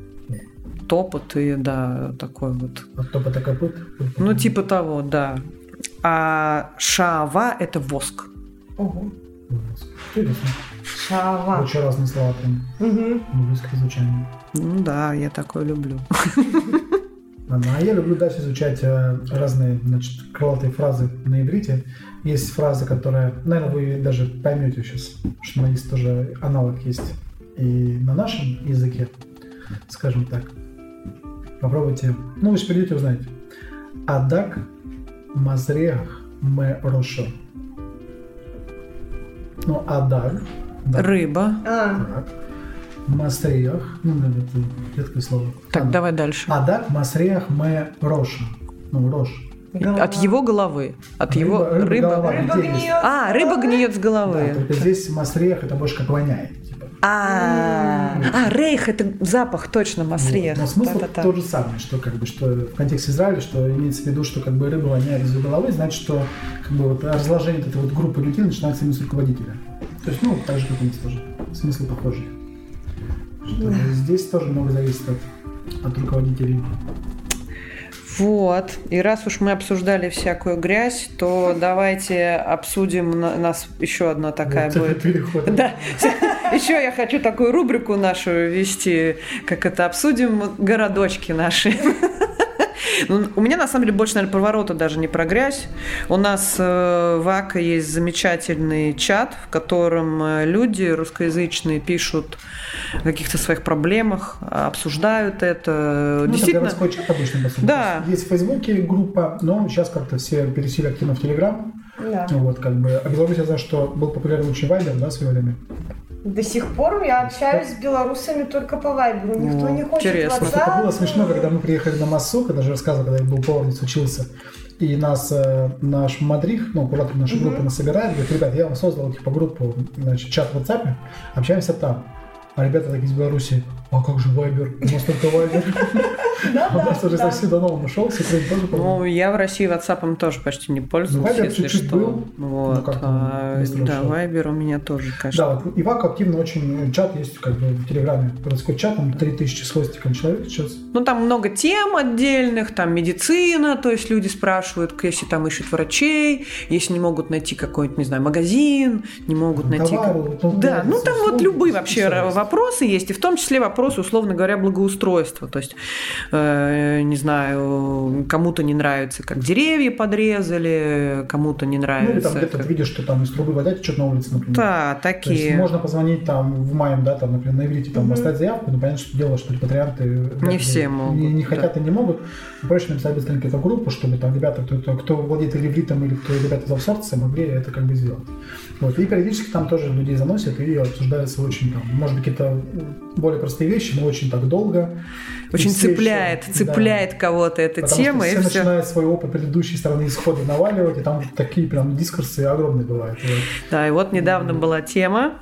и, да, такой вот. От топота копыт? Ну, типа того, да. А шаава – это воск. Ого. Интересно. Шаава. Очень разные слова там. Близкое звучание. Ну да, я такое люблю. А я люблю дальше изучать разные, значит, крылатые фразы на иврите. Есть фраза, которая, наверное, вы даже поймете сейчас, что она есть тоже, аналог есть и на нашем языке, скажем так. Попробуйте. Ну, вы же придете, узнаете. Адак мазреах ме рошо. Ну, адаг. Да. Рыба. Масреях. Ну, это редкое слово. Так, давай дальше. Адак масреях ме роша. Ну, рош. От его головы. От его рыба. Рыба гниет. Рыба гниет с головы. Да, только здесь масреях это больше как воняет. Типа. Рейх это запах, точно, масреях. Но смысл тот же самый, что как бы что в контексте Израиля, что имеется в виду, что как бы рыба воняет из головы, значит, что как бы вот разложение этой вот группы людей начинается именно с руководителя. То есть, ну, так же, как у нас тоже. Смысл похожий. Что здесь тоже много зависит от руководителей. Вот. И раз уж мы обсуждали всякую грязь, то давайте обсудим. У нас еще одна такая будет. Да. Еще я хочу такую рубрику нашу вести, как это обсудим городочки наши. У меня, на самом деле, больше, наверное, про ворота, даже не про грязь. У нас в АКО есть замечательный чат, в котором люди русскоязычные пишут о каких-то своих проблемах, обсуждают это. Ну, действительно... Это городской чат обычно, по сути. Да. Есть в Фейсбуке группа, но сейчас как-то все пересели активно в Телеграм. Да. Вот, как бы. А в Беларуси, я знаю, что был популярен очень Вайбер, да, в свое время? До сих пор я общаюсь с белорусами только по Вайберу. Никто не хочет интересно. WhatsApp. Это было смешно, когда мы приехали на массу, когда же рассказывал, когда я был поварниц, учился, и нас наш мадрих, ну, куратор нашей группы нас собирает, говорит: ребят, я вам создал типа группу, значит, чат в WhatsApp, общаемся там. А ребята такие из Беларуси: а как же Вайбер? У нас только Вайбер. У нас уже совсем давно он ушел, секрет тоже. Ну, я в России WhatsApp тоже почти не пользовался, если что. Вот. Да, Вайбер у меня тоже, конечно. Да, вот Ивако активно очень, чат есть как бы в Телеграме, городской чат, там 3000 с хвостиком человек сейчас. Ну, там много тем отдельных, там медицина, то есть люди спрашивают, если там ищут врачей, если не могут найти какой-нибудь, не знаю, магазин, не могут найти... Да, ну там вот любые вообще вопросы есть, и в том числе вопросы, условно говоря, благоустройства. То есть, не знаю, кому-то не нравится, как деревья подрезали, кому-то не нравится... Ну, или там где-то видишь, что там из трубы вода течет на улице, например. Да, такие. То есть можно позвонить там в мае, да, там, например, на иврите там оставить заявку, но понятно, что дело, что репатрианты не все могут. Не хотят и не могут. Проще написать быстренько эту группу, чтобы там ребята, кто владеет или ивритом, или кто ребята из аутсорса, могли это как бы сделать. Вот. И периодически там тоже людей заносят и обсуждаются очень, там, может быть, какие-то более простые вещи, но очень так долго. Очень цепляет кого-то эта тема. Потому что все начинают свой опыт предыдущей стороны исхода наваливать, и там такие прям дискурсы огромные бывают. Да, и вот недавно была тема,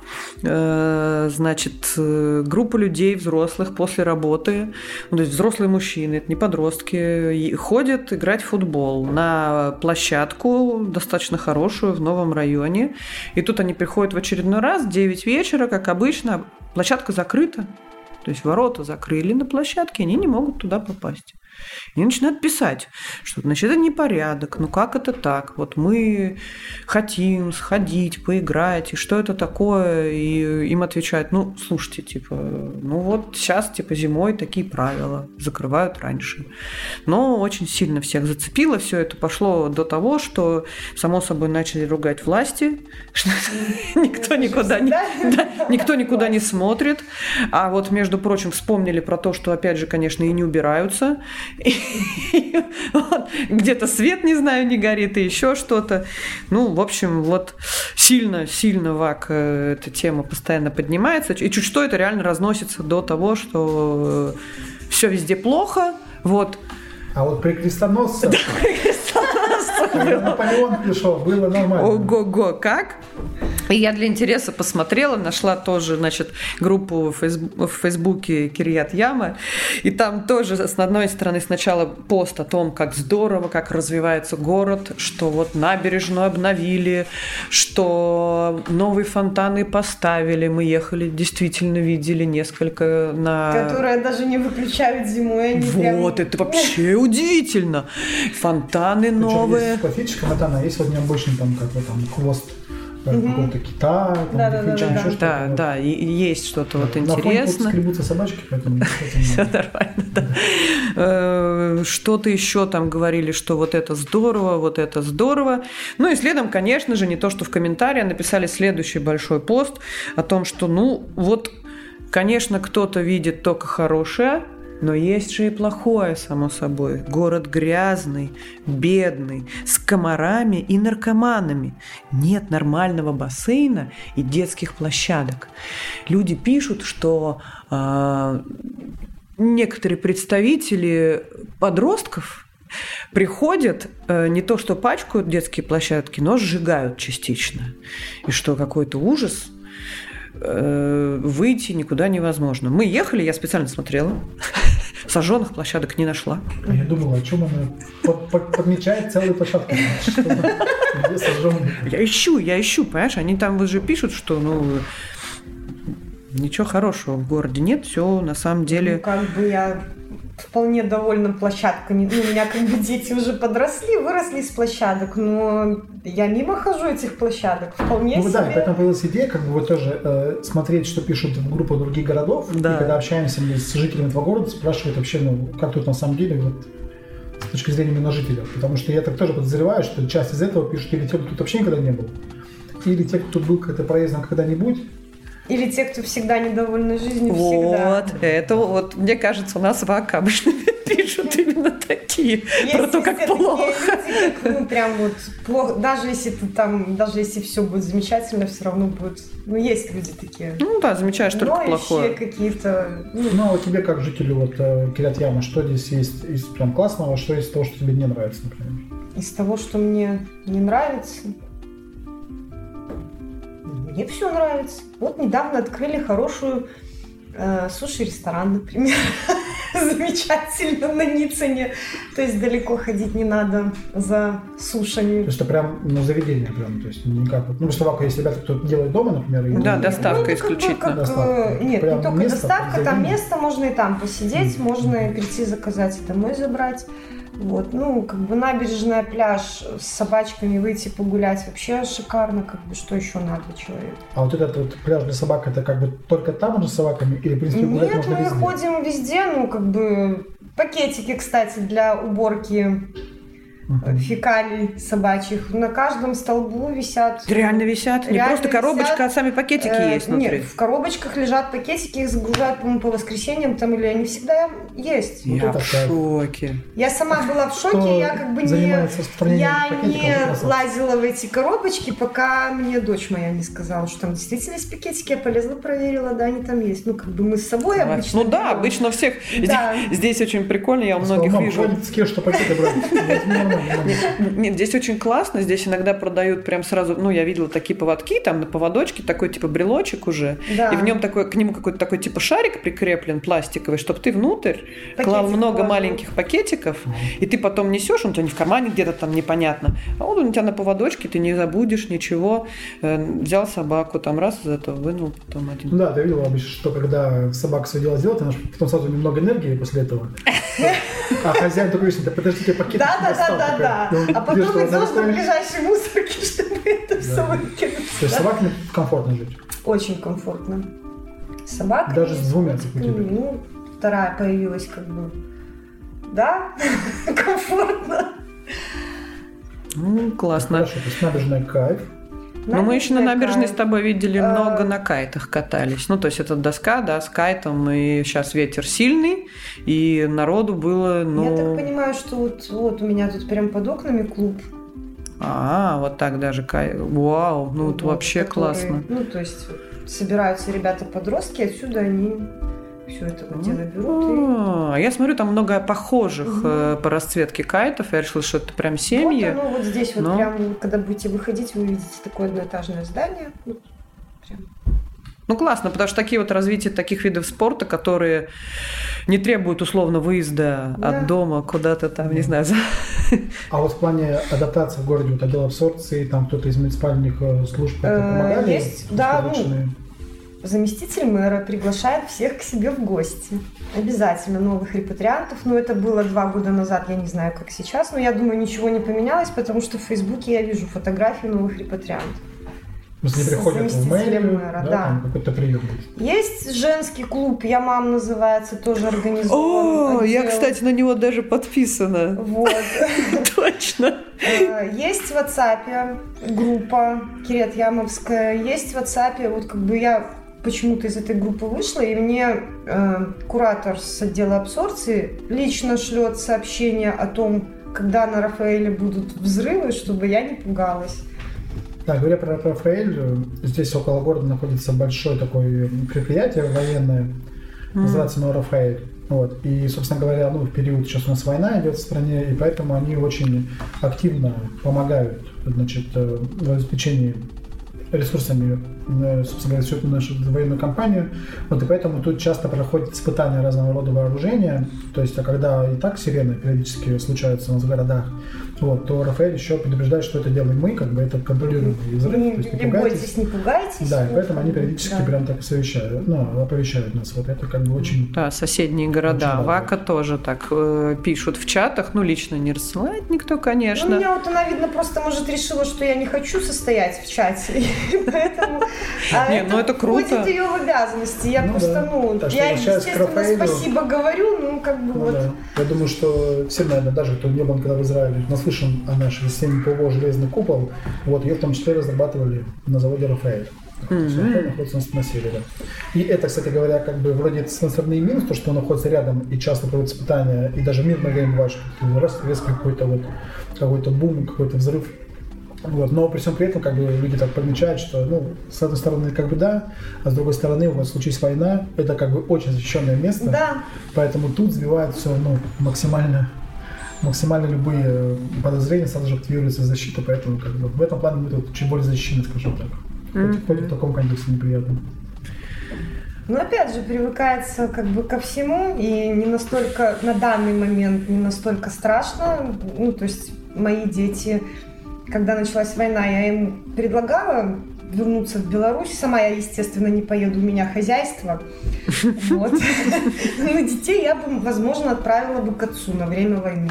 значит, группа людей взрослых после работы, ну, то есть взрослые мужчины, это не подростки, ходят играть в футбол на площадку достаточно хорошую в новом районе. И тут они приходят в очередной раз в 9 вечера, как обычно, площадка закрыта. То есть ворота закрыли на площадке, они не могут туда попасть. И они начинают писать, что, значит, это непорядок, ну как это так? Вот мы хотим сходить, поиграть, и что это такое? И им отвечают: ну, слушайте, типа, ну вот сейчас, типа, зимой такие правила, закрывают раньше. Но очень сильно всех зацепило, все это пошло до того, что, само собой, начали ругать власти, что никто никуда не смотрит, а вот, между прочим, вспомнили про то, что, опять же, конечно, и не убираются, где-то свет, не знаю, не горит, и еще что-то. Ну, в общем, вот сильно в АКО эта тема постоянно поднимается, и чуть что это реально разносится до того, что все везде плохо. Вот. А вот при крестоносцах... Когда Наполеон пришел, было нормально. Ого-го, как? И я для интереса посмотрела, нашла тоже, значит, группу в Фейсбуке Кирьят Яма, и там тоже с одной стороны сначала пост о том, как здорово, как развивается город, что вот набережную обновили, что новые фонтаны поставили, мы ехали, действительно видели несколько на... Которые даже не выключают зимой. Вот, это вообще удивительно. Фонтаны новые. Классическая фонтана, есть вот необычный там, как бы там, хвост какого-то кита, Да, и есть что-то вот интересное. Скребутся собачки, поэтому... Все нормально, да. Что-то еще там говорили, что вот это здорово, вот это здорово. Ну и следом, конечно же, не то, что в комментариях написали следующий большой пост о том, что, конечно, кто-то видит только хорошее, но есть же и плохое, само собой. Город грязный, бедный, с комарами и наркоманами. Нет нормального бассейна и детских площадок. Люди пишут, что некоторые представители подростков приходят, не то что пачкают детские площадки, но сжигают частично. И что какой-то ужас. Выйти никуда невозможно. Мы ехали, я специально смотрела. Сожженных площадок не нашла. Я думала, о чем она подмечает целую площадку. Где сожженные? Я ищу, понимаешь? Они там уже пишут, что ничего хорошего в городе нет, все на самом деле... Я вполне довольна площадками. У меня дети уже подросли, выросли из площадок, но я мимо хожу этих площадок. Вполне себе. Да, и поэтому появилась идея, тоже смотреть, что пишут в группах других городов. Да. И когда общаемся с жителями этого города, спрашивают вообще, как тут на самом деле, с точки зрения именно жителей. Потому что я так тоже подозреваю, что часть из этого пишут или те, кто тут вообще никогда не был, или те, кто тут был как-то проездом когда-нибудь. Или те, кто всегда недовольны жизнью, всегда. Это мне кажется, у нас в АК обычно пишут именно такие, про то, как плохо. Прям плохо. Даже если все будет замечательно, все равно будет... есть люди такие. Замечаешь только плохое. Но какие-то... а тебе, как жителю Кирьят-Яма, что здесь есть из прям классного, что из того, что тебе не нравится, например? Из того, что мне не нравится... Мне все нравится. Недавно открыли хорошую суши-ресторан, например. Замечательно, на Ниццене. То есть далеко ходить не надо за сушами. То есть это прям заведение прям, то есть не как... собака, если ребята кто-то делает дома, например... Да, доставка исключительно. Нет, не только доставка, там место, можно и там посидеть, можно и прийти заказать и домой забрать. Набережная, пляж с собачками, выйти погулять, вообще шикарно, что еще надо человеку. А этот пляж для собак, это только там уже с собаками или, в принципе, гулять можно везде? Нет, мы ходим везде, пакетики, кстати, для уборки фекалий собачьих. На каждом столбу висят. Реально висят? Не просто коробочка, а сами пакетики есть внутри? Нет, в коробочках лежат пакетики, их загружают, по-моему, по воскресеньям, или они всегда есть. Я в шоке. Я сама была в шоке, я не лазила в эти коробочки, пока мне дочь моя не сказала, что там действительно есть пакетики. Я полезла, проверила, да, они там есть. Мы с собой обычно. Обычно у всех. Да. Здесь очень прикольно, я у многих вижу. Что пакеты брать? Нет, здесь очень классно, здесь иногда продают прям сразу, я видела такие поводки, там на поводочке такой брелочек уже, и в нем к нему какой-то такой шарик прикреплен пластиковый, чтобы ты внутрь клал много маленьких пакетиков, и ты потом несешь, он у тебя не в кармане где-то там непонятно, а он у тебя на поводочке, ты не забудешь ничего, взял собаку, там раз из этого вынул потом один. Да, ты видела обычно, что когда собака свое дело сделает, она потом сразу немного энергии после этого. А хозяин такой говорит, да подождите, пакет. Да. А потом идешь до ближайшей мусорки, чтобы это все выкинуть. То есть собаками комфортно жить? Очень комфортно. Собака. Даже с двумя цепочками. Вторая появилась Да, комфортно. Классно. Хорошо, то есть набережная кайф. Но мы еще на набережной с тобой видели, много на кайтах катались. То есть это доска, с кайтом, и сейчас ветер сильный, и народу было, Я так понимаю, что вот у меня тут прям под окнами клуб. Вот так даже кайт. Вау, вообще классно. То есть собираются ребята-подростки, отсюда они все это дело берут. Я смотрю, там много похожих по расцветке кайтов. Я решила, что это прям семьи. Вот здесь прям, когда будете выходить, вы увидите такое одноэтажное здание. Классно, потому что такие развитие таких видов спорта, которые не требуют условно выезда от дома куда-то там, не знаю. А в плане адаптации в городе, отдел абсорбции, там кто-то из муниципальных служб помогали? Есть, заместитель мэра приглашает всех к себе в гости. Обязательно новых репатриантов. Это было 2 года назад, я не знаю, как сейчас, но я думаю, ничего не поменялось, потому что в Фейсбуке я вижу фотографии новых репатриантов. Они приходят в мэрию, мэра, там какой-то прием. Есть женский клуб, «Я мам» называется, тоже организован. О, я, кстати, на него даже подписана. Вот. Точно. Есть в WhatsApp группа Кирьят-Ямовская, есть в WhatsApp, вот как бы я почему-то из этой группы вышла, и мне куратор с отдела абсорбции лично шлет сообщение о том, когда на Рафаэле будут взрывы, чтобы я не пугалась. Да, говоря про Рафаэль, здесь около города находится большое такое предприятие военное, называется Рафаэль. Вот. И, собственно говоря, в период, сейчас у нас война идет в стране, и поэтому они очень активно помогают, значит, в обеспечении ресурсами, собственно говоря, всю эту нашу военную кампанию. Вот, и поэтому тут часто проходят испытания разного рода вооружения. То есть, а когда и так сирены периодически случаются у нас в городах, вот, то Рафаэль еще предупреждает, что это делаем мы, как бы это контролируемый взрыв. Не бойтесь, не пугайтесь. Да, и поэтому они периодически прям так совещают, оповещают нас. Вот это как бы очень... Да, соседние города. Вака тоже так пишут в чатах, лично не рассылает никто, конечно. У меня вот она, видно, просто, может, решила, что я не хочу состоять в чате. Поэтому это круто. Входит ее в обязанности. Я просто, я, естественно, спасибо говорю, вот. Я думаю, что все, наверное, даже кто не был никогда в Израиле, наслышан о нашей системе ПВО «Железный купол». Вот, ее в том числе разрабатывали на заводе «Рафаэль». Находится на севере. И это, кстати говоря, как бы вроде стороны минус, то, что он находится рядом и часто проводит испытания, и даже в мирное время бывает, что раз резко какой-то бум, какой-то взрыв. Вот. Но при всем при этом как бы люди так подмечают, что с одной стороны как бы да, а с другой стороны у вас случилась война, это как бы очень защищенное место, да. Поэтому тут сбивают все максимально любые подозрения, сразу же активируется защита, поэтому как бы в этом плане мы тут чуть более защищены, скажем так. Хоть в таком контексте неприятно. Опять же, привыкается как бы ко всему, и не настолько, на данный момент, не настолько страшно. То есть мои дети, когда началась война, я им предлагала вернуться в Беларусь. Сама я, естественно, не поеду, у меня хозяйство. Вот. Но детей я бы, возможно, отправила бы к отцу на время войны,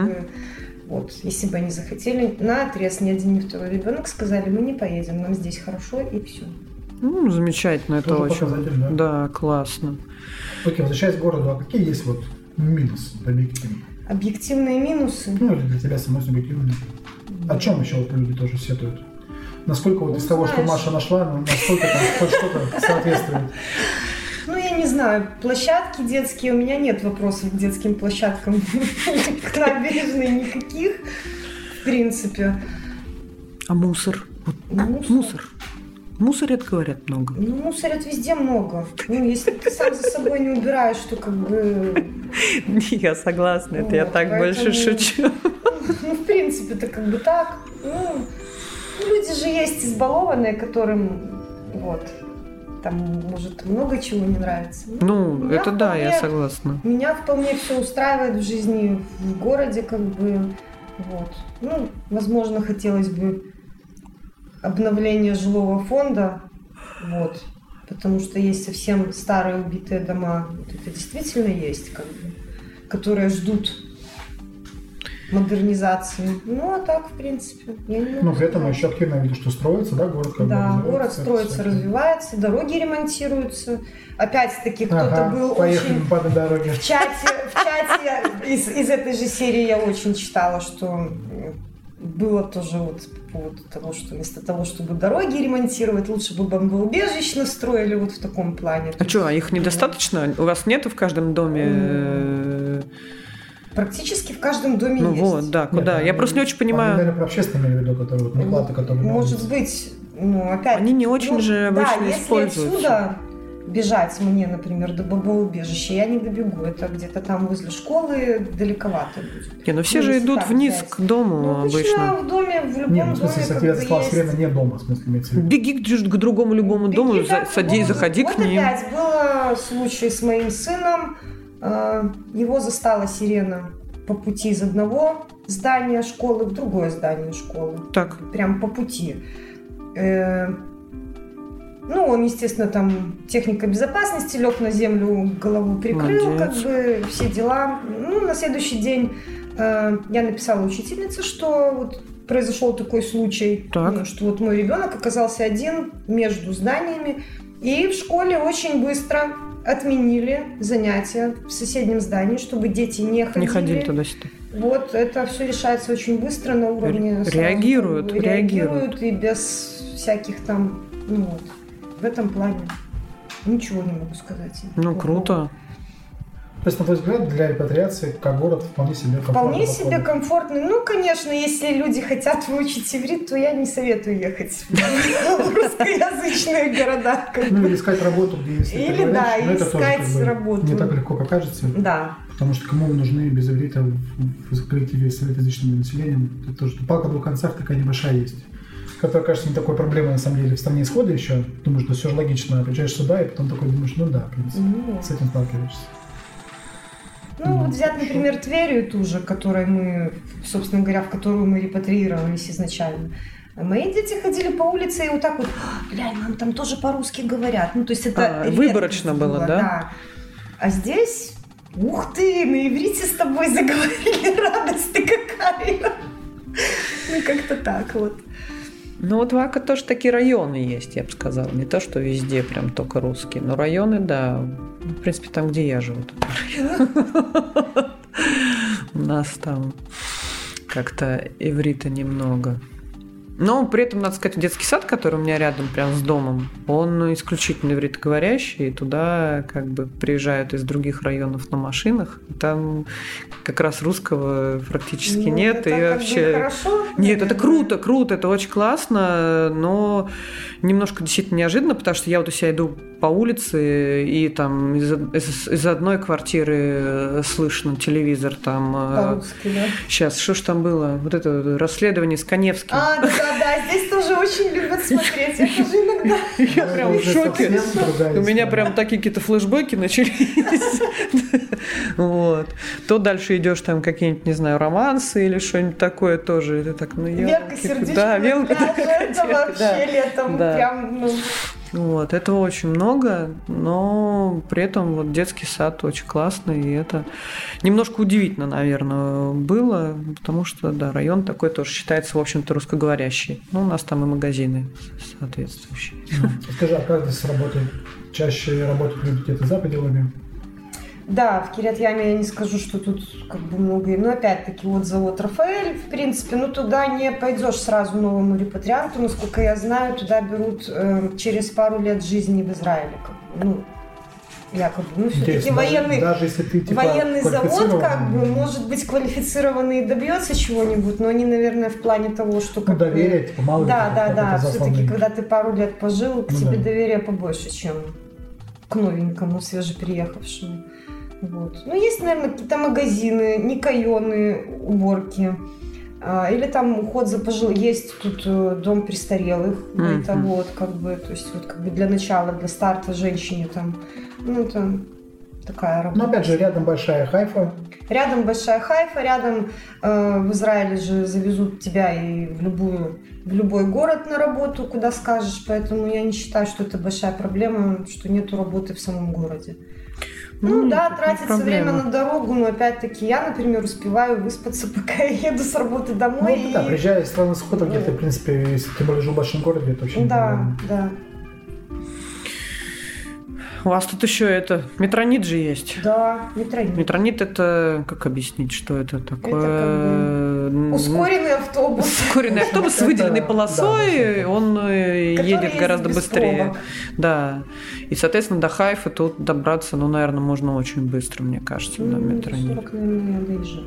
если бы они захотели. Наотрез ни один, ни второй ребенок сказали, мы не поедем, нам здесь хорошо и все. Замечательно, это очень. Да, классно. Окей, возвращаясь к городу, а какие есть минусы объективные? Объективные минусы? Или для тебя самой субъективные? О чем еще люди тоже сетуют? Насколько из того, что Маша нашла, насколько там хоть что-то соответствует? Я не знаю, площадки детские, у меня нет вопросов к детским площадкам, к набережной никаких, в принципе. А мусор? Мусор. Мусорят, говорят, много. Мусорят везде много. Если ты сам за собой не убираешь, то как бы... Я согласна, это я так больше шучу. В принципе, это как бы так. Люди же есть избалованные, которым там, может, много чего не нравится. Это да, я согласна. Меня вполне все устраивает в жизни в городе, как бы, возможно, хотелось бы обновление жилого фонда, потому что есть совсем старые убитые дома, это действительно есть, как бы, которые ждут модернизации. А так, в принципе, я не могу при этом еще активно видно, что строится, да, город? Город строится, развивается, дороги ремонтируются. Опять-таки, кто-то был очень... по дороге. В чате из этой же серии я очень читала, что было тоже по поводу того, что вместо того, чтобы дороги ремонтировать, лучше бы бомбоубежищ настроили в таком плане. А что, их недостаточно? У вас нету в каждом доме... Практически в каждом доме есть. Куда? Я просто не очень понимаю. Наверное, про общественные виду, которые платы, которые... Может быть, опять... Они не очень же обычно используются. Если отсюда бежать мне, например, до бомбоубежища, я не добегу. Это где-то там возле школы далековато будет. Все же идут вниз к дому обычно. В доме, в любом доме. В смысле, если тебе сказал время, не дома, в смысле, имеется в виду. Беги к другому любому дому, заходи к ним. Опять был случай с моим сыном. Его застала сирена по пути из одного здания школы в другое здание школы. Так. Прям по пути. Он, естественно, там техника безопасности, лег на землю, голову прикрыл, как бы все дела. На следующий день я написала учительнице, что произошел такой случай, что вот мой ребенок оказался один между зданиями, и в школе очень быстро отменили занятия в соседнем здании, чтобы дети не ходили туда-сюда. Вот это все решается очень быстро на уровне... Реагируют. И без всяких там... в этом плане ничего не могу сказать. Круто. То есть, на твой взгляд, для репатриации как город вполне себе комфортный? Вполне себе комфортный. Конечно, если люди хотят выучить иврит, то я не советую ехать в русскоязычные города. Или искать работу, где есть Или, искать работу. Не так легко, как кажется. Да. Потому что кому нужны без иврита в коллективе с русскоязычным населением? Это тоже палка в двух концах такая небольшая есть. Которая, кажется, не такой проблемой, на самом деле, в стране исхода еще. Думаешь, что все же логично. Приезжаешь сюда, и потом такой думаешь, в принципе, с этим сталкиваешься. Вот взять, например, Тверью ту же, в которую мы репатриировались изначально. Мои дети ходили по улице и вот так вот, глянь, нам там тоже по-русски говорят. То есть это выборочно было, да? А здесь, ух ты, на иврите с тобой заговорили, радость ты какая. Как-то так вот. В Ака тоже такие районы есть, я бы сказала. Не то, что везде прям только русские, но районы, да. В принципе, там, где я живу. У нас там как-то иврита немного. Но при этом, надо сказать, детский сад, который у меня рядом, прям с домом, он исключительно ивритоговорящий, и туда приезжают из других районов на машинах. Там как раз русского практически нет. Это и вообще... хорошо? Нет, это круто, это очень классно, но немножко действительно неожиданно, потому что я вот у себя иду по улице, и там из одной квартиры слышно телевизор там... По-русски, да? Сейчас, что ж там было? Вот это расследование с Каневским. Да, здесь тоже очень любят смотреть. Я тоже иногда... Я прям в шоке. У меня прям такие какие-то флешбеки начались. То дальше идешь там какие-нибудь, не знаю, романсы или что-нибудь такое тоже. Это так, Вверка, сердечко, это вообще летом прям... этого очень много, но при этом детский сад очень классный, и это немножко удивительно, наверное, было, потому что, район такой тоже считается, в общем-то, русскоговорящий. У нас там и магазины соответствующие. Скажи, а как здесь работает? Чаще работают люди где-то за пределами? Да, в Кирьят-Яме я не скажу, что тут много. Но опять-таки завод Рафаэль, в принципе, туда не пойдешь сразу новому репатрианту. Насколько я знаю, туда берут через пару лет жизни в Израиле. Якобы. Все-таки военный завод, может быть, квалифицированный и добьется чего-нибудь, но они, наверное, в плане того, что... доверие, мало ли. Да. Все-таки, когда ты пару лет пожил, к тебе доверие побольше, чем к новенькому, свежеприехавшему. Есть, наверное, какие-то магазины, никайоны, уборки. Или там уход за пожилыми. Есть тут дом престарелых, бытовод, то есть для начала, для старта женщине там, там такая работа. Но опять же, рядом Большая Хайфа. Рядом в Израиле же завезут тебя и в любой город на работу, куда скажешь, поэтому я не считаю, что это большая проблема, что нету работы в самом городе. Тратится время на дорогу, но опять-таки я, например, успеваю выспаться, пока я еду с работы домой. Приезжая из страны схода, где ты, в принципе, если ты живешь в большом городе, это вообще не проблема. Да. У вас тут еще метронит же есть. Да, метронит. Метронит — это, как объяснить, что это такое? Это ускоренный автобус. Ускоренный автобус с выделенной полосой, он едет гораздо быстрее. Да. И, соответственно, до Хайфы тут добраться, наверное, можно очень быстро, мне кажется, на метроните. 40 минут я доезжаю.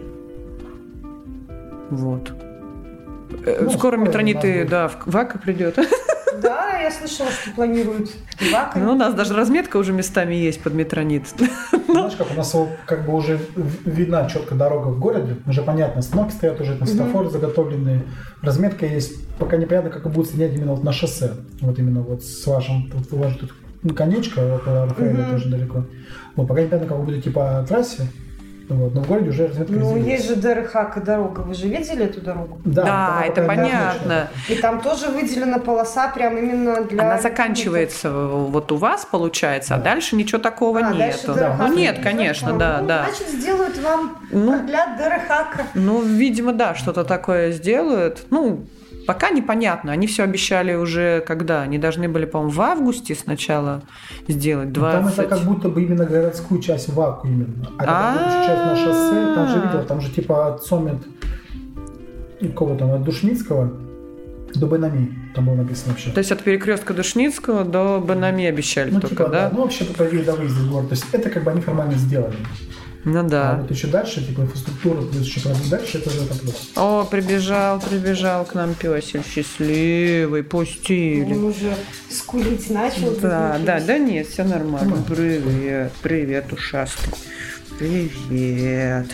Вот. Скоро метронит в Ака придет. Да, я слышала, что планируют Ивака. У нас даже разметка уже местами есть под метронит. Знаешь, как у нас уже видна четко дорога в городе, уже понятно, остановки стоят, уже там светофоры заготовленные, разметка есть, пока непонятно, как будет снять именно на шоссе, именно с вашим, тут конечка около Рафаэля тоже далеко, пока непонятно, как вы будете по трассе, Вот. Но в городе уже разметка изменилась. Есть же ДРХ дорога. Вы же видели эту дорогу? Да, это понятно. И там тоже выделена полоса прям именно для... Она заканчивается вот у вас, получается, а дальше ничего такого нету. Нет, конечно, да. Значит, сделают вам для ДРХ. Видимо, да, что-то такое сделают. Пока непонятно. Они все обещали уже когда? Они должны были, по-моему, в августе сначала сделать 20. Там это как будто бы именно городскую часть ВАКу именно. А когда будущая часть на шоссе, там же видел, там же типа от Сомет кого там, от Душницкого до Бенами. Там было написано вообще. То есть от перекрестка Душницкого до Бенами обещали только, да? Вообще по въезду в город. То есть это как бы они формально сделали. Ну да. А вот еще дальше, типа инфраструктура, плюс еще дальше, это уже плюс. О, прибежал к нам пёсель счастливый, пустили. Он уже скулить начал. Да, нет, все нормально. Привет, ушастый. Привет.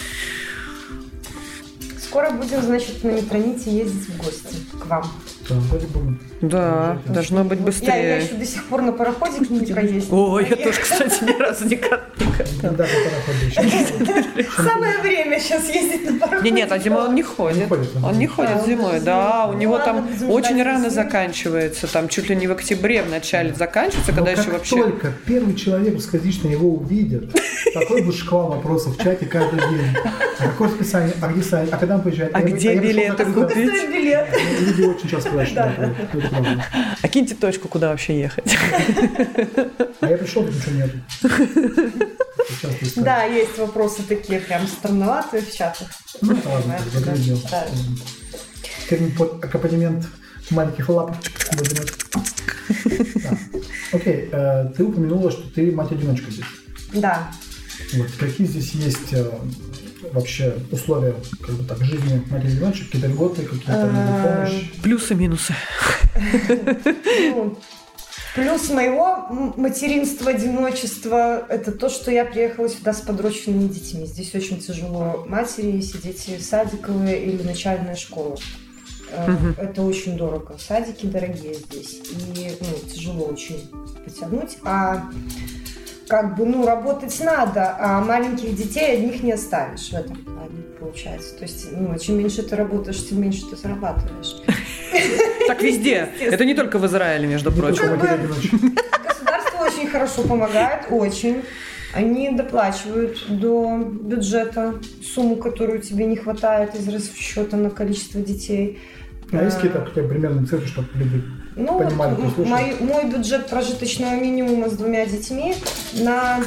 Скоро будем, значит, на Метроните ездить в гости к вам. Да, должно быть быстрее. Я еще до сих пор на пароходе к ним проездила. Ой, я тоже, кстати, ни разу не катала. Самое время сейчас ездить на пароходе. Нет, а зимой он не ходит. Он не ходит зимой, да. У него там очень рано заканчивается. Там чуть ли не в октябре в начале заканчивается, когда еще вообще... Только первый человек русскоязычный его увидит, такой будет шквал вопросов в чате каждый день. А какое расписание? А где сайт? А когда он приезжает? А где билеты купить? Стоит билет? Люди очень часто спрашивают. А киньте точку, куда вообще ехать. А я пришел, тут ничего нет. Да, есть вопросы такие прям странноватые в чатах. Ладно, заглядел. Термин под аккомпанемент маленьких лапочек. Окей, ты упомянула, что ты мать-одиночка здесь. Да. Вот, какие здесь есть вообще условия, как бы так, жизни мать-одиночек, какие-то льготы, какие-то помощи? Плюсы-минусы. Плюс моего материнства, одиночества – это то, что я приехала сюда с подросшими детьми. Здесь очень тяжело матери, если дети садиковые или начальная школа. Это очень дорого. Садики дорогие здесь. И тяжело очень потянуть. Работать надо, а маленьких детей одних не оставишь в этом плане, получается. То есть, чем меньше ты работаешь, тем меньше ты зарабатываешь. Так везде. Это не только в Израиле, между прочим. Государство очень хорошо помогает, очень. Они доплачивают до бюджета сумму, которую тебе не хватает из расчета на количество детей. А есть какие-то примерные цифры, чтобы люди понимали, кто слушает? Мой бюджет прожиточного минимума с 2 детьми на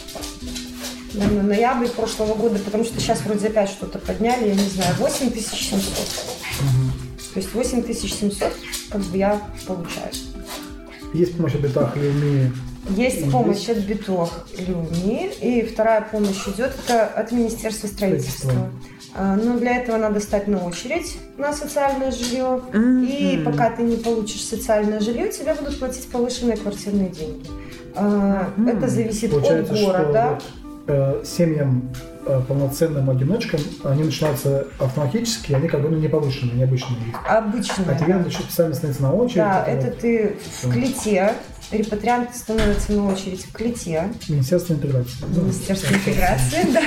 ноябрь прошлого года, потому что сейчас вроде опять что-то подняли, я не знаю, 8700. То есть 8700 как бы я получаю. Есть помощь от Битах Леуми? Есть помощь от Битах Леуми. И вторая помощь идет от Министерства строительства. Но для этого надо стать на очередь на социальное жилье. И пока ты не получишь социальное жилье, тебе будут платить повышенные квартирные деньги. Это зависит получается, от города. Что семьям полноценным одиночкам они начинаются автоматически, они как бы не повышенные, не обычные. Обычные. А тебе надо специально становиться на очередь. Да, это ты в Клите. Репатрианты становятся на очередь в Клите. Министерство интеграции. Министерство интеграции, да.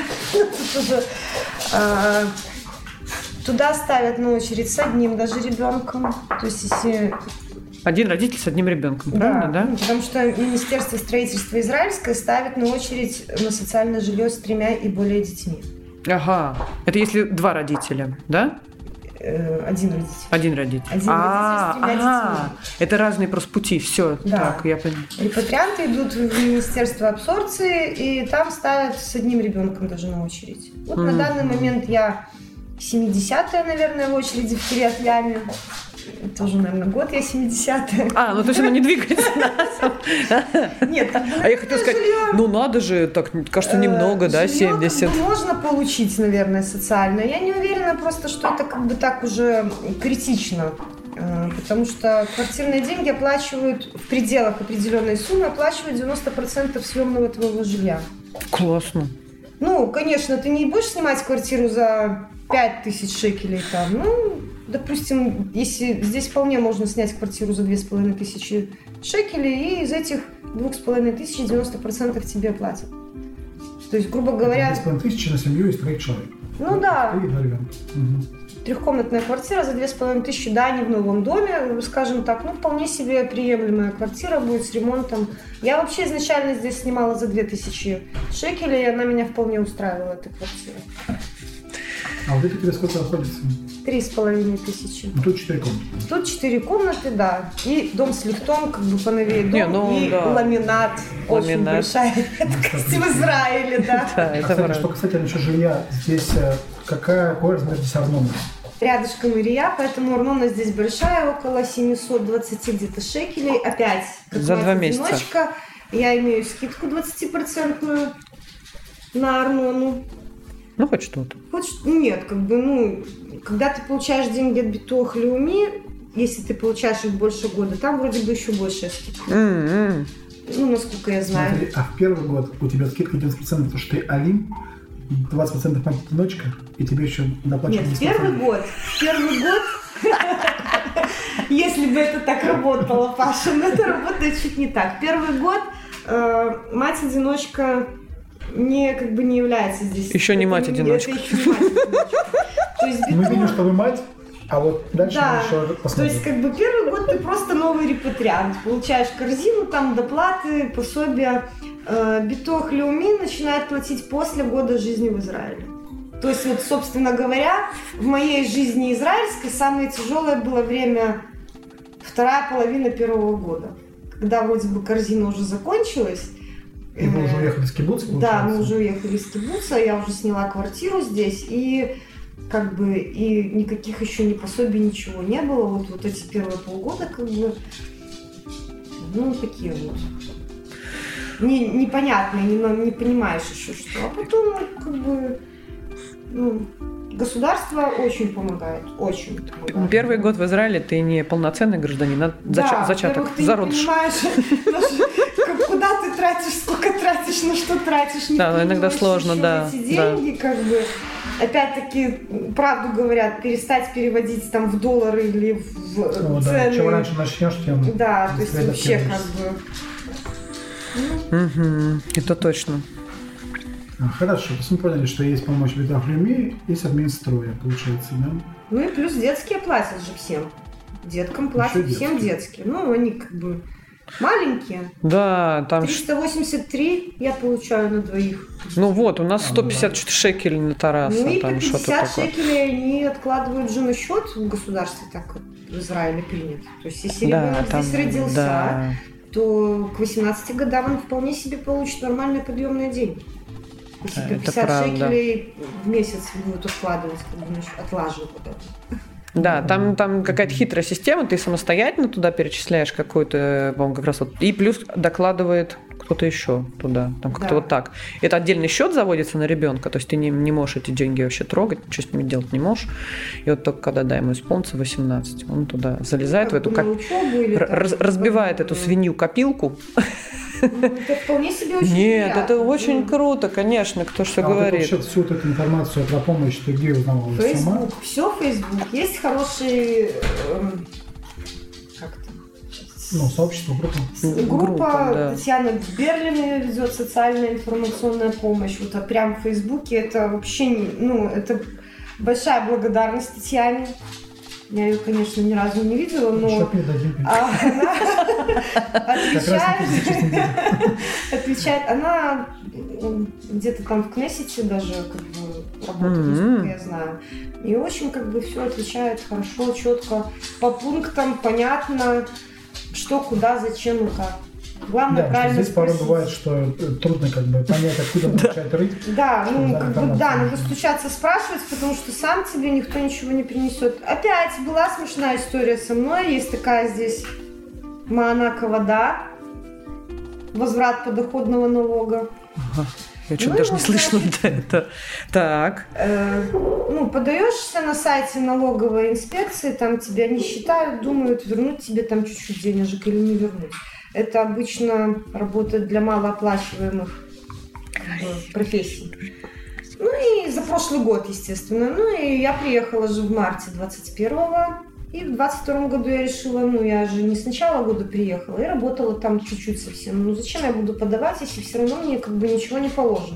Туда ставят на очередь с одним даже ребенком. То есть если... Один родитель с одним ребенком, правильно, да? Потому что Министерство строительства израильское ставит на очередь на социальное жилье с 3 и более детьми. Ага. Это если 2 родителя, да? Один родитель. Один родитель. Один родитель с 3 детьми. Это разные просто пути. Все, да. Так, я поняла. Репатрианты идут в Министерство абсорбции, и там ставят с одним ребенком даже на очередь. Вот на данный момент я 70-я, наверное, в очереди в Кирьят-Яме. Тоже, наверное, год я 70-я. То есть она не двигается. Нет. А я хотела сказать, надо же, так, кажется, немного, да, 70. Можно получить, наверное, социальное. Я не уверена просто, что это как бы так уже критично. Потому что квартирные деньги оплачивают в пределах определенной суммы, оплачивают 90% съемного твоего жилья. Классно. Конечно, ты не будешь снимать квартиру за 5000 шекелей там, допустим, если здесь вполне можно снять квартиру за 2500 шекелей, и из этих 2500 90% тебе платят. То есть, грубо говоря... 2500 на семью из 3 человек. Ну да. И 2 ребенка. Трехкомнатная квартира за 2500, да, не в новом доме, скажем так, ну, вполне себе приемлемая квартира будет с ремонтом. Я вообще изначально здесь снимала за 2000 шекелей, и она меня вполне устраивала, эта квартира. А вот эти тебе сколько обходится? 3500. Ну, тут 4 комнаты. Тут 4 комнаты, да. И дом с лифтом, как бы поновее дом, и да. ламинат. Очень большая редкость в Израиле, да. Кстати, что касательно еще жилья, здесь какой размер здесь Арнона? Рядышком Ирия, поэтому Арнона здесь большая, около 720 где-то шекелей. Опять, как за 2 месяца. Одиночка, я имею скидку 20% на Арнону. Ну, хоть что-то. Нет, как бы, ну, когда ты получаешь деньги от Битох Леуми, если ты получаешь их больше года, там вроде бы еще большая скидка. Ну, насколько я знаю. Смотри, а в первый год у тебя скидка 90%, потому что ты Алим, 20% мать-одиночка, и тебе еще доплачивают. Нет, первый год, если бы это так работало, Паша, но это работает чуть не так. Первый год мать-одиночка не является здесь. Еще не мать-одиночка. Мы видим, что вы мать, а вот дальше да, мы еще посмотрим. То есть, как бы первый год ты просто новый репатриант. Получаешь корзину, там доплаты, пособия. Битох Леуми начинает платить после года жизни в Израиле. То есть, вот, собственно говоря, в моей жизни израильской самое тяжелое было время вторая половина первого года. Когда вроде бы корзина уже закончилась. И вы уже уехали с кибуца? Да, мы уже уехали с кибуца, я уже сняла квартиру здесь, и как бы и никаких еще ни пособий, ничего не было. Вот эти первые полгода, как бы, ну, такие вот. Непонятные, не понимаешь еще что. А потом, как бы, ну, государство очень помогает, очень помогает. Первый год в Израиле ты не полноценный гражданин, а зачаток, зародыш. Ты не понимаешь, куда ты тратишь, сколько тратишь, на что тратишь. Да, иногда сложно, да. Эти деньги, как бы, опять-таки, правду говорят, перестать переводить там в доллары или в цены. Да. Чем раньше начнешь, тем... Да, то есть вообще как бы... Это точно. Хорошо, то есть мы поняли, что есть помощь Битох Леуми, есть админстроя, получается, да? Ну и плюс детские платят же всем. Деткам платят всем детские. Ну, они как бы маленькие. Да, там... 383 я получаю на двоих. Ну вот, у нас 150 шекелей на Тараса. Ну и там по 50 шекелей они откладывают же на счет в государстве, так в Израиле принято. То есть если ребенок здесь родился, то к 18 годам он вполне себе получит нормальные подъемные деньги. Если 50 шекелей в месяц будут откладывать, отлаживать вот это. Да, там какая-то хитрая система, ты самостоятельно туда перечисляешь какую-то, по-моему, как раз вот, и плюс докладывает кто-то еще туда, там как-то вот так. Это отдельный счет заводится на ребенка, то есть ты не можешь эти деньги вообще трогать, ничего с ними делать не можешь. И вот только когда, ему исполнится 18, он туда залезает в эту разбивает эту свинью-копилку. Это вполне себе очень Нет, это очень круто, конечно, кто что говорит. Вообще всю эту информацию про помощь ты где узнавала сама? Все Facebook. Есть хорошие... сообщество, группа Татьяна Берлина ведет социальная информационная помощь. Вот прям в Фейсбуке это вообще, это большая благодарность Татьяне. Я ее, конечно, ни разу не видела, но она отвечает. Она где-то там в Кнессете даже как бы работает, насколько я знаю. И очень как бы все отвечает хорошо, четко, по пунктам, понятно, что, куда, зачем и как. Главное, правильно здесь порой бывает, что трудно как бы понять, откуда начать рыть. Да, надо стучаться, спрашивать, потому что сам тебе никто ничего не принесет. Опять была смешная история со мной. Есть такая здесь Маанак Авода, возврат подоходного налога. Ага. Я что-то даже не слышала это. Так. Подаешься на сайте налоговой инспекции, там тебя не считают, думают, вернуть тебе там чуть-чуть денежек или не вернуть. Это обычно работает для малооплачиваемых профессий. Ну и за прошлый год, естественно. Ну и я приехала же в марте 21-го. И в 22-м году я решила, я же не с начала года приехала и работала там чуть-чуть совсем. Зачем я буду подавать, если все равно мне как бы ничего не положено?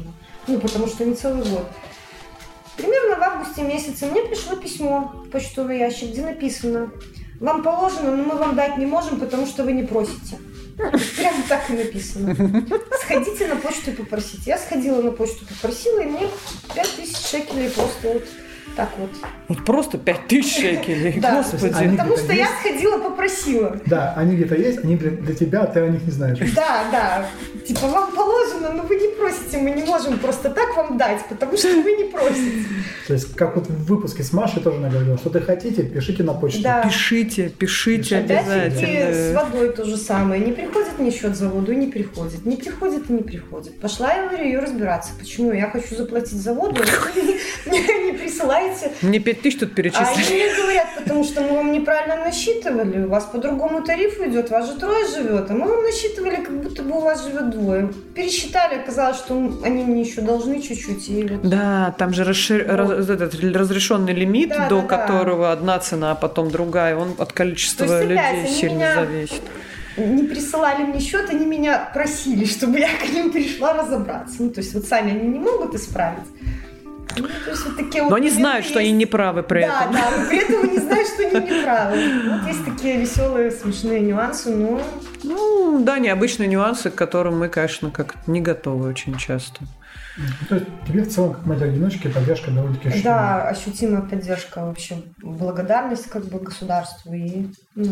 потому что не целый год. Примерно в августе месяце мне пришло письмо в почтовый ящик, где написано: вам положено, но мы вам дать не можем, потому что вы не просите. Прямо так и написано. Сходите на почту и попросите. Я сходила на почту, попросила, и мне 5000 шекелей просто вот так вот. Вот просто 5000 шекелей, да, господи. Потому что я сходила, попросила. Да, они где-то есть, они для тебя, а ты о них не знаешь. Да. Типа, вам положено, но вы не просите, мы не можем просто так вам дать, потому что вы не просите. То есть, как вот в выпуске с Машей тоже она говорила, что-то хотите, пишите на почту. Да. Пишите обязательно. И с водой то же самое. Не приходит мне счет за воду, и не приходит. Не приходит и не приходит. Пошла я, говорю, ее разбираться. Почему? Я хочу заплатить за воду, не присылаете. Мне 5000 тут перечислили. А они мне говорят, потому что мы вам неправильно насчитывали, у вас по другому тарифу идет, вас же 3 живет, а мы вам насчитывали, как будто бы у вас живет 2. Пересчитали, оказалось, что они мне еще должны чуть-чуть. И вот... Да, там же разрешенный лимит, до которого одна цена, а потом другая, он от количества людей сильно зависит. Не присылали мне счет, они меня просили, чтобы я к ним пришла разобраться. То есть вот сами они не могут исправить. То есть вот такие но они знают, что они не правы при этом. Да, но при этом они знают, что они не правы. Вот есть такие веселые, смешные нюансы, но... да, необычные нюансы, к которым мы, конечно, как не готовы очень часто. То есть тебе в целом, как мать-одиночки, поддержка довольно-таки ощутимая. Да, ощутимая поддержка вообще. Благодарность как бы государству. И,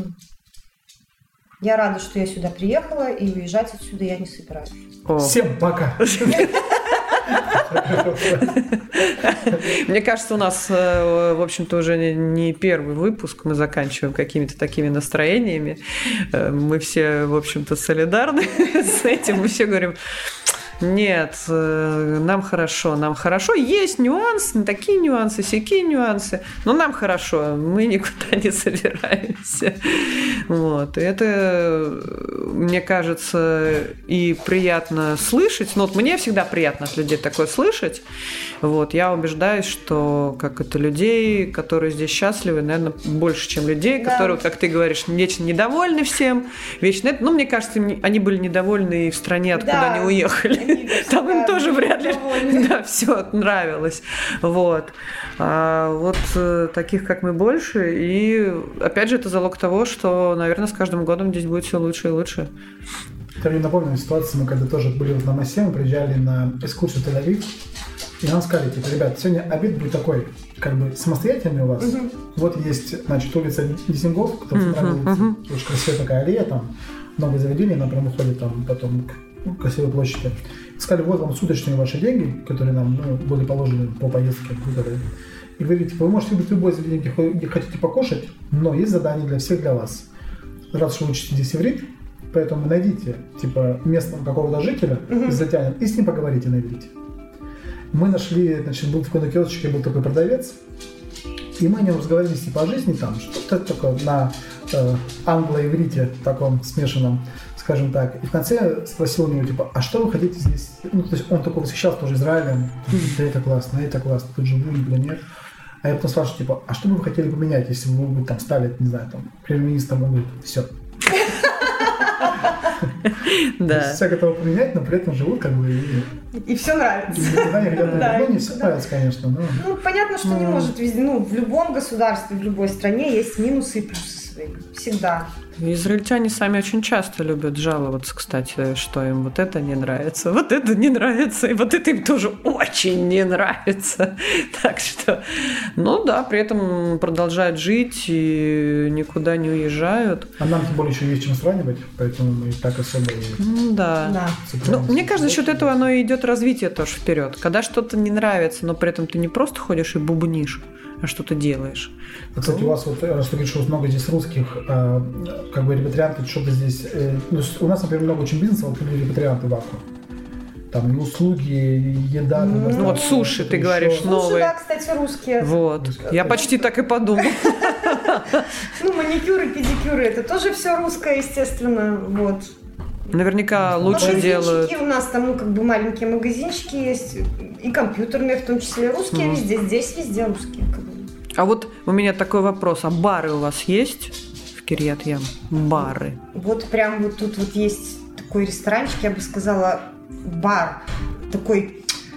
я рада, что я сюда приехала, и уезжать отсюда я не собираюсь. Всем пока! Мне кажется, у нас, в общем-то, уже не первый выпуск. Мы заканчиваем какими-то такими настроениями. Мы все, в общем-то, солидарны с этим. Мы все говорим: нет, нам хорошо. Есть нюансы, такие нюансы, сякие нюансы, но нам хорошо, мы никуда не собираемся. Вот. И это, мне кажется, и приятно слышать. Ну, вот мне всегда приятно от людей такое слышать. Вот. Я убеждаюсь, что как это людей, которые здесь счастливы, наверное, больше, чем людей, которые, как ты говоришь, вечно недовольны всем. Вечно это. Ну, мне кажется, они были недовольны и в стране, откуда они уехали. Там им тоже вряд ли все нравилось. Вот. А вот таких, как мы, больше. И, опять же, это залог того, что, наверное, с каждым годом здесь будет все лучше и лучше. Я мне напомню ситуацию, мы когда тоже были на Массе, мы приезжали на экскурсию в Тель-Авив, и нам сказали, типа, ребят, сегодня обед будет такой, как бы самостоятельный у вас. Вот есть, значит, улица Дизингов, которая центральная улица, очень красивая такая аллея, там много заведений, она прям уходит там потом к красивой площади. Сказали, вот вам суточные ваши деньги, которые нам были положены по поездке. И вы говорите, вы можете выбрать любое заведение, где хотите покушать, но есть задание для всех, для вас. Раз что вы учите здесь иврит, поэтому найдите типа местного какого-то жителя, израильтянина, и с ним поговорите на иврите. Мы нашли, значит, был такой на киосочке, был такой продавец, и мы о нем разговаривали типа о жизни, там, что-то такое на англо-иврите, таком смешанном, скажем так. И в конце спросил у него, типа, а что вы хотите здесь? Ну, то есть он такой восхищался тоже Израилем. Да это классно, тут живу, нет. А я потом спрашиваю, типа, а что бы вы хотели поменять, если бы вы там стали, не знаю, там, премьер-министром, он говорит, все. Да. Все готовы поменять, но при этом живут как бы... И все нравится. Не все нравится, конечно. Ну, понятно, что не может везде, в любом государстве, в любой стране есть минусы и плюсы свои. Всегда. Израильтяне сами очень часто любят жаловаться, кстати, что им вот это не нравится, вот это не нравится, и вот это им тоже очень не нравится. Так что, при этом продолжают жить и никуда не уезжают. А нам тем более еще есть чем сравнивать, поэтому мы так особо... Да. Мне кажется, за счет этого оно и идет развитие тоже вперед. Когда что-то не нравится, но при этом ты не просто ходишь и бубнишь, а что ты делаешь. Кстати, у вас вот, раз ты говоришь, что много здесь русских, как бы репатрианты, что-то здесь... у нас, например, много очень бизнеса, вот люди репатрианты в Африке. Там и услуги, и еда. Вот суши, ты говоришь, новые. Суши, да, кстати, русские. Вот. Я почти так и подумала. Маникюры, педикюры, это тоже все русское, естественно, вот. Наверняка лучше делают. У нас там, маленькие магазинчики есть, и компьютерные, в том числе русские везде, здесь везде русские. А вот у меня такой вопрос, а бары у вас есть в Кирьят-Ям? Бары? Вот прям вот тут вот есть такой ресторанчик, я бы сказала, бар, такой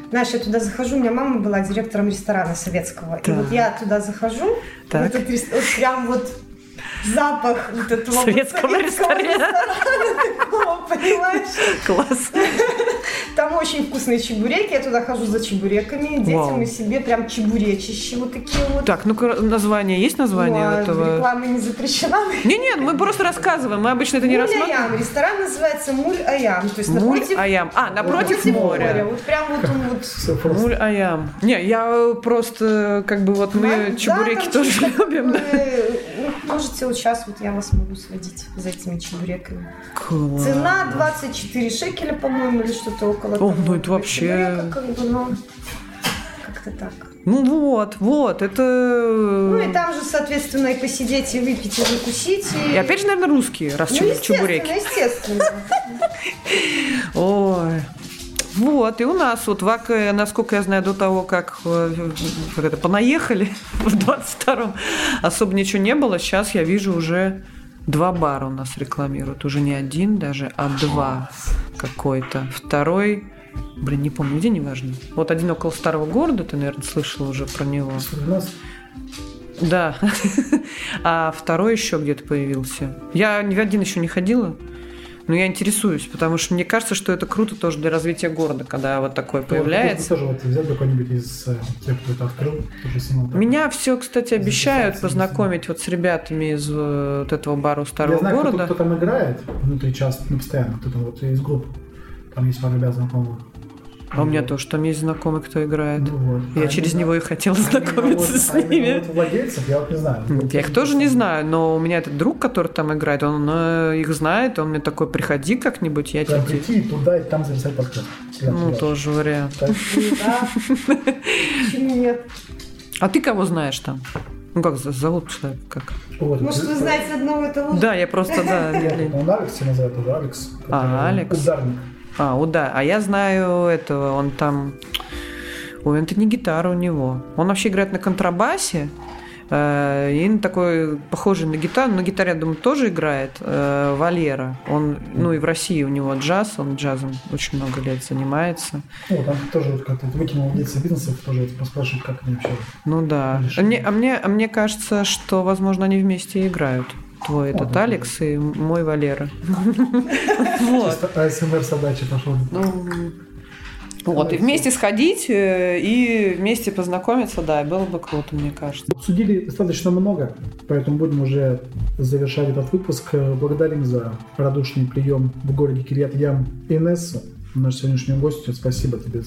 Знаешь, я туда захожу, у меня мама была директором ресторана советского. Да. И вот я туда захожу, в этот ресторан, вот прям вот запах вот этого советского ресторана такого, понимаешь? Класс. Там очень вкусные чебуреки, я туда хожу за чебуреками, детям и себе прям чебуречищи вот такие вот. Так, ну-ка, название, есть название этого? Реклама не запрещена. Не-не, мы просто рассказываем, мы обычно это не рассматриваем. Муль-Аям, ресторан называется Муль-Аям, то есть Муль-Аям, напротив моря. Вот прям вот он вот. Муль-Аям. Не, я просто, как бы вот мы чебуреки тоже любим. Можете вот сейчас вот я вас могу сводить за этими чебуреками. Класс. Цена 24 шекеля, по-моему, или что-то около того. Ну это вообще... Как-то так. Ну вот, это... Ну и там же, соответственно, и посидеть, и выпить, и закусить. И опять же, наверное, русские, раз чебуреки. Естественно. Ой... Вот, и у нас вот ВАК, насколько я знаю, до того, как это, понаехали в 22-м, особо ничего не было. Сейчас я вижу уже 2 бара у нас рекламируют. Уже не 1 даже, а 2 какой-то. Второй, не помню, где, неважно. Вот один около Старого города, ты, наверное, слышала уже про него. Да. А второй еще где-то появился. Я ни в один еще не ходила. Но я интересуюсь, потому что мне кажется, что это круто тоже для развития города, когда вот такое появляется. Тоже вот взять какой-нибудь из тех, кто это открыл, тоже снимал. Меня все, кстати, обещают познакомить вот с ребятами из вот этого бара у Старого города. Я знаю, кто там играет внутри часто, постоянно, кто-то вот из групп. Там есть пару ребят знакомых. А у меня тоже там есть знакомый, кто играет. Ну, вот. Я через него и хотела знакомиться с ними. Владельцев я вот не знаю. Я их тоже не знаю, но у меня этот друг, который там играет, он их знает, он мне такой: приходи как-нибудь, я тебе... Прийти туда и там записать подкаст. Ну, тоже вариант. Почему нет? А ты кого знаешь там? Ну, как зовут человека? Как? Может, вы знаете одного этого? Да, я просто, да. Он Алекс называют, уже Алекс. Алекс. Ударник. А я знаю этого, он там... Ой, это не гитара у него. Он вообще играет на контрабасе, и на такой, похожий на гитару, на гитаре, я думаю, тоже играет, Валера. Он, ну и в России у него джаз, он джазом очень много лет занимается. О, там тоже вот как-то выкинул лица бизнесов, тоже вот поспрашивать, как они вообще... Ну да. Мне кажется, что, возможно, они вместе играют. Твой этот Алекс и мой Валера. АСМР собачий пошел. Вот, и вместе сходить, и вместе познакомиться, да, было бы круто, мне кажется. Обсудили достаточно много, поэтому будем уже завершать этот выпуск. Благодарим за радушный прием в городе Кирьят-Ям Инессу, нашу сегодняшнюю гостью. Спасибо тебе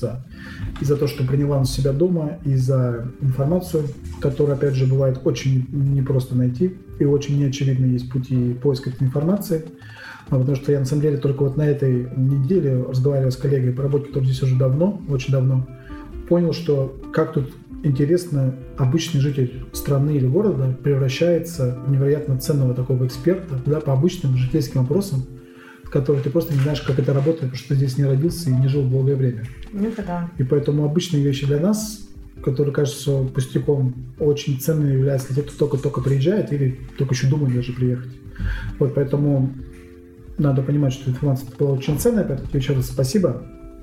и за то, что приняла нас у себя дома, и за информацию, которую, опять же, бывает очень непросто найти, и очень неочевидно есть пути поиска этой информации. Потому что я, на самом деле, только вот на этой неделе, разговаривая с коллегой по работе, который здесь уже давно, очень давно, понял, что как тут интересно обычный житель страны или города превращается в невероятно ценного такого эксперта, да, по обычным житейским вопросам, в которых ты просто не знаешь, как это работает, потому что ты здесь не родился и не жил долгое время. Ну, да. И поэтому обычные вещи для нас, которые кажутся пустяком, очень ценными являются для тех, кто только-только приезжает или только еще думает даже приехать. Вот поэтому... Надо понимать, что информация была очень ценная, поэтому еще раз спасибо.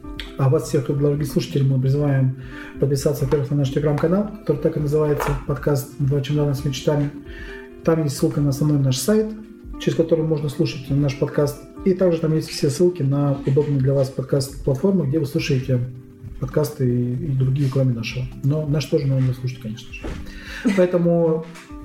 А вас всех, дорогие слушатели, мы призываем подписаться, во-первых, на наш телеграм-канал, который так и называется, подкаст «Два чемодана с мечтами». Там есть ссылка на основной наш сайт, через который можно слушать наш подкаст. И также там есть все ссылки на удобные для вас подкаст-платформы, где вы слушаете подкасты и другие, кроме нашего. Но наш тоже надо слушать, конечно же. Поэтому...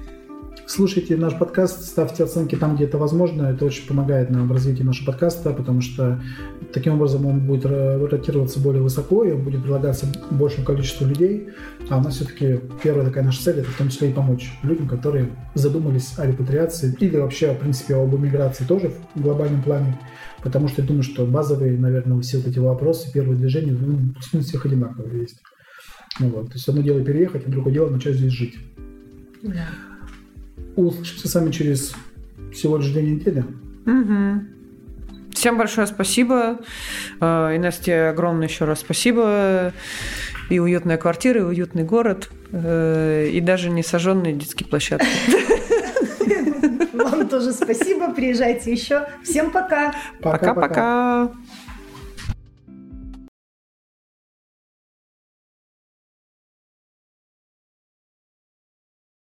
Слушайте наш подкаст, ставьте оценки там, где это возможно. Это очень помогает нам в развитии нашего подкаста, потому что таким образом он будет ротироваться более высоко, и он будет прилагаться большему количеству людей. А у нас все-таки первая такая наша цель – это в том числе и помочь людям, которые задумались о репатриации или вообще, в принципе, об эмиграции тоже в глобальном плане. Потому что я думаю, что базовые, наверное, все вот эти вопросы, первые движения, у всех одинаковые есть. Ну, вот. То есть одно дело переехать, а другое дело начать здесь жить. Да. Услышимся с вами через всего лишь 2 недели. Угу. Всем большое спасибо. Инесс, тебе огромное еще раз спасибо. И уютная квартира, и уютный город, и даже не сожженные детские площадки. Вам тоже спасибо. Приезжайте еще. Всем пока. Пока-пока.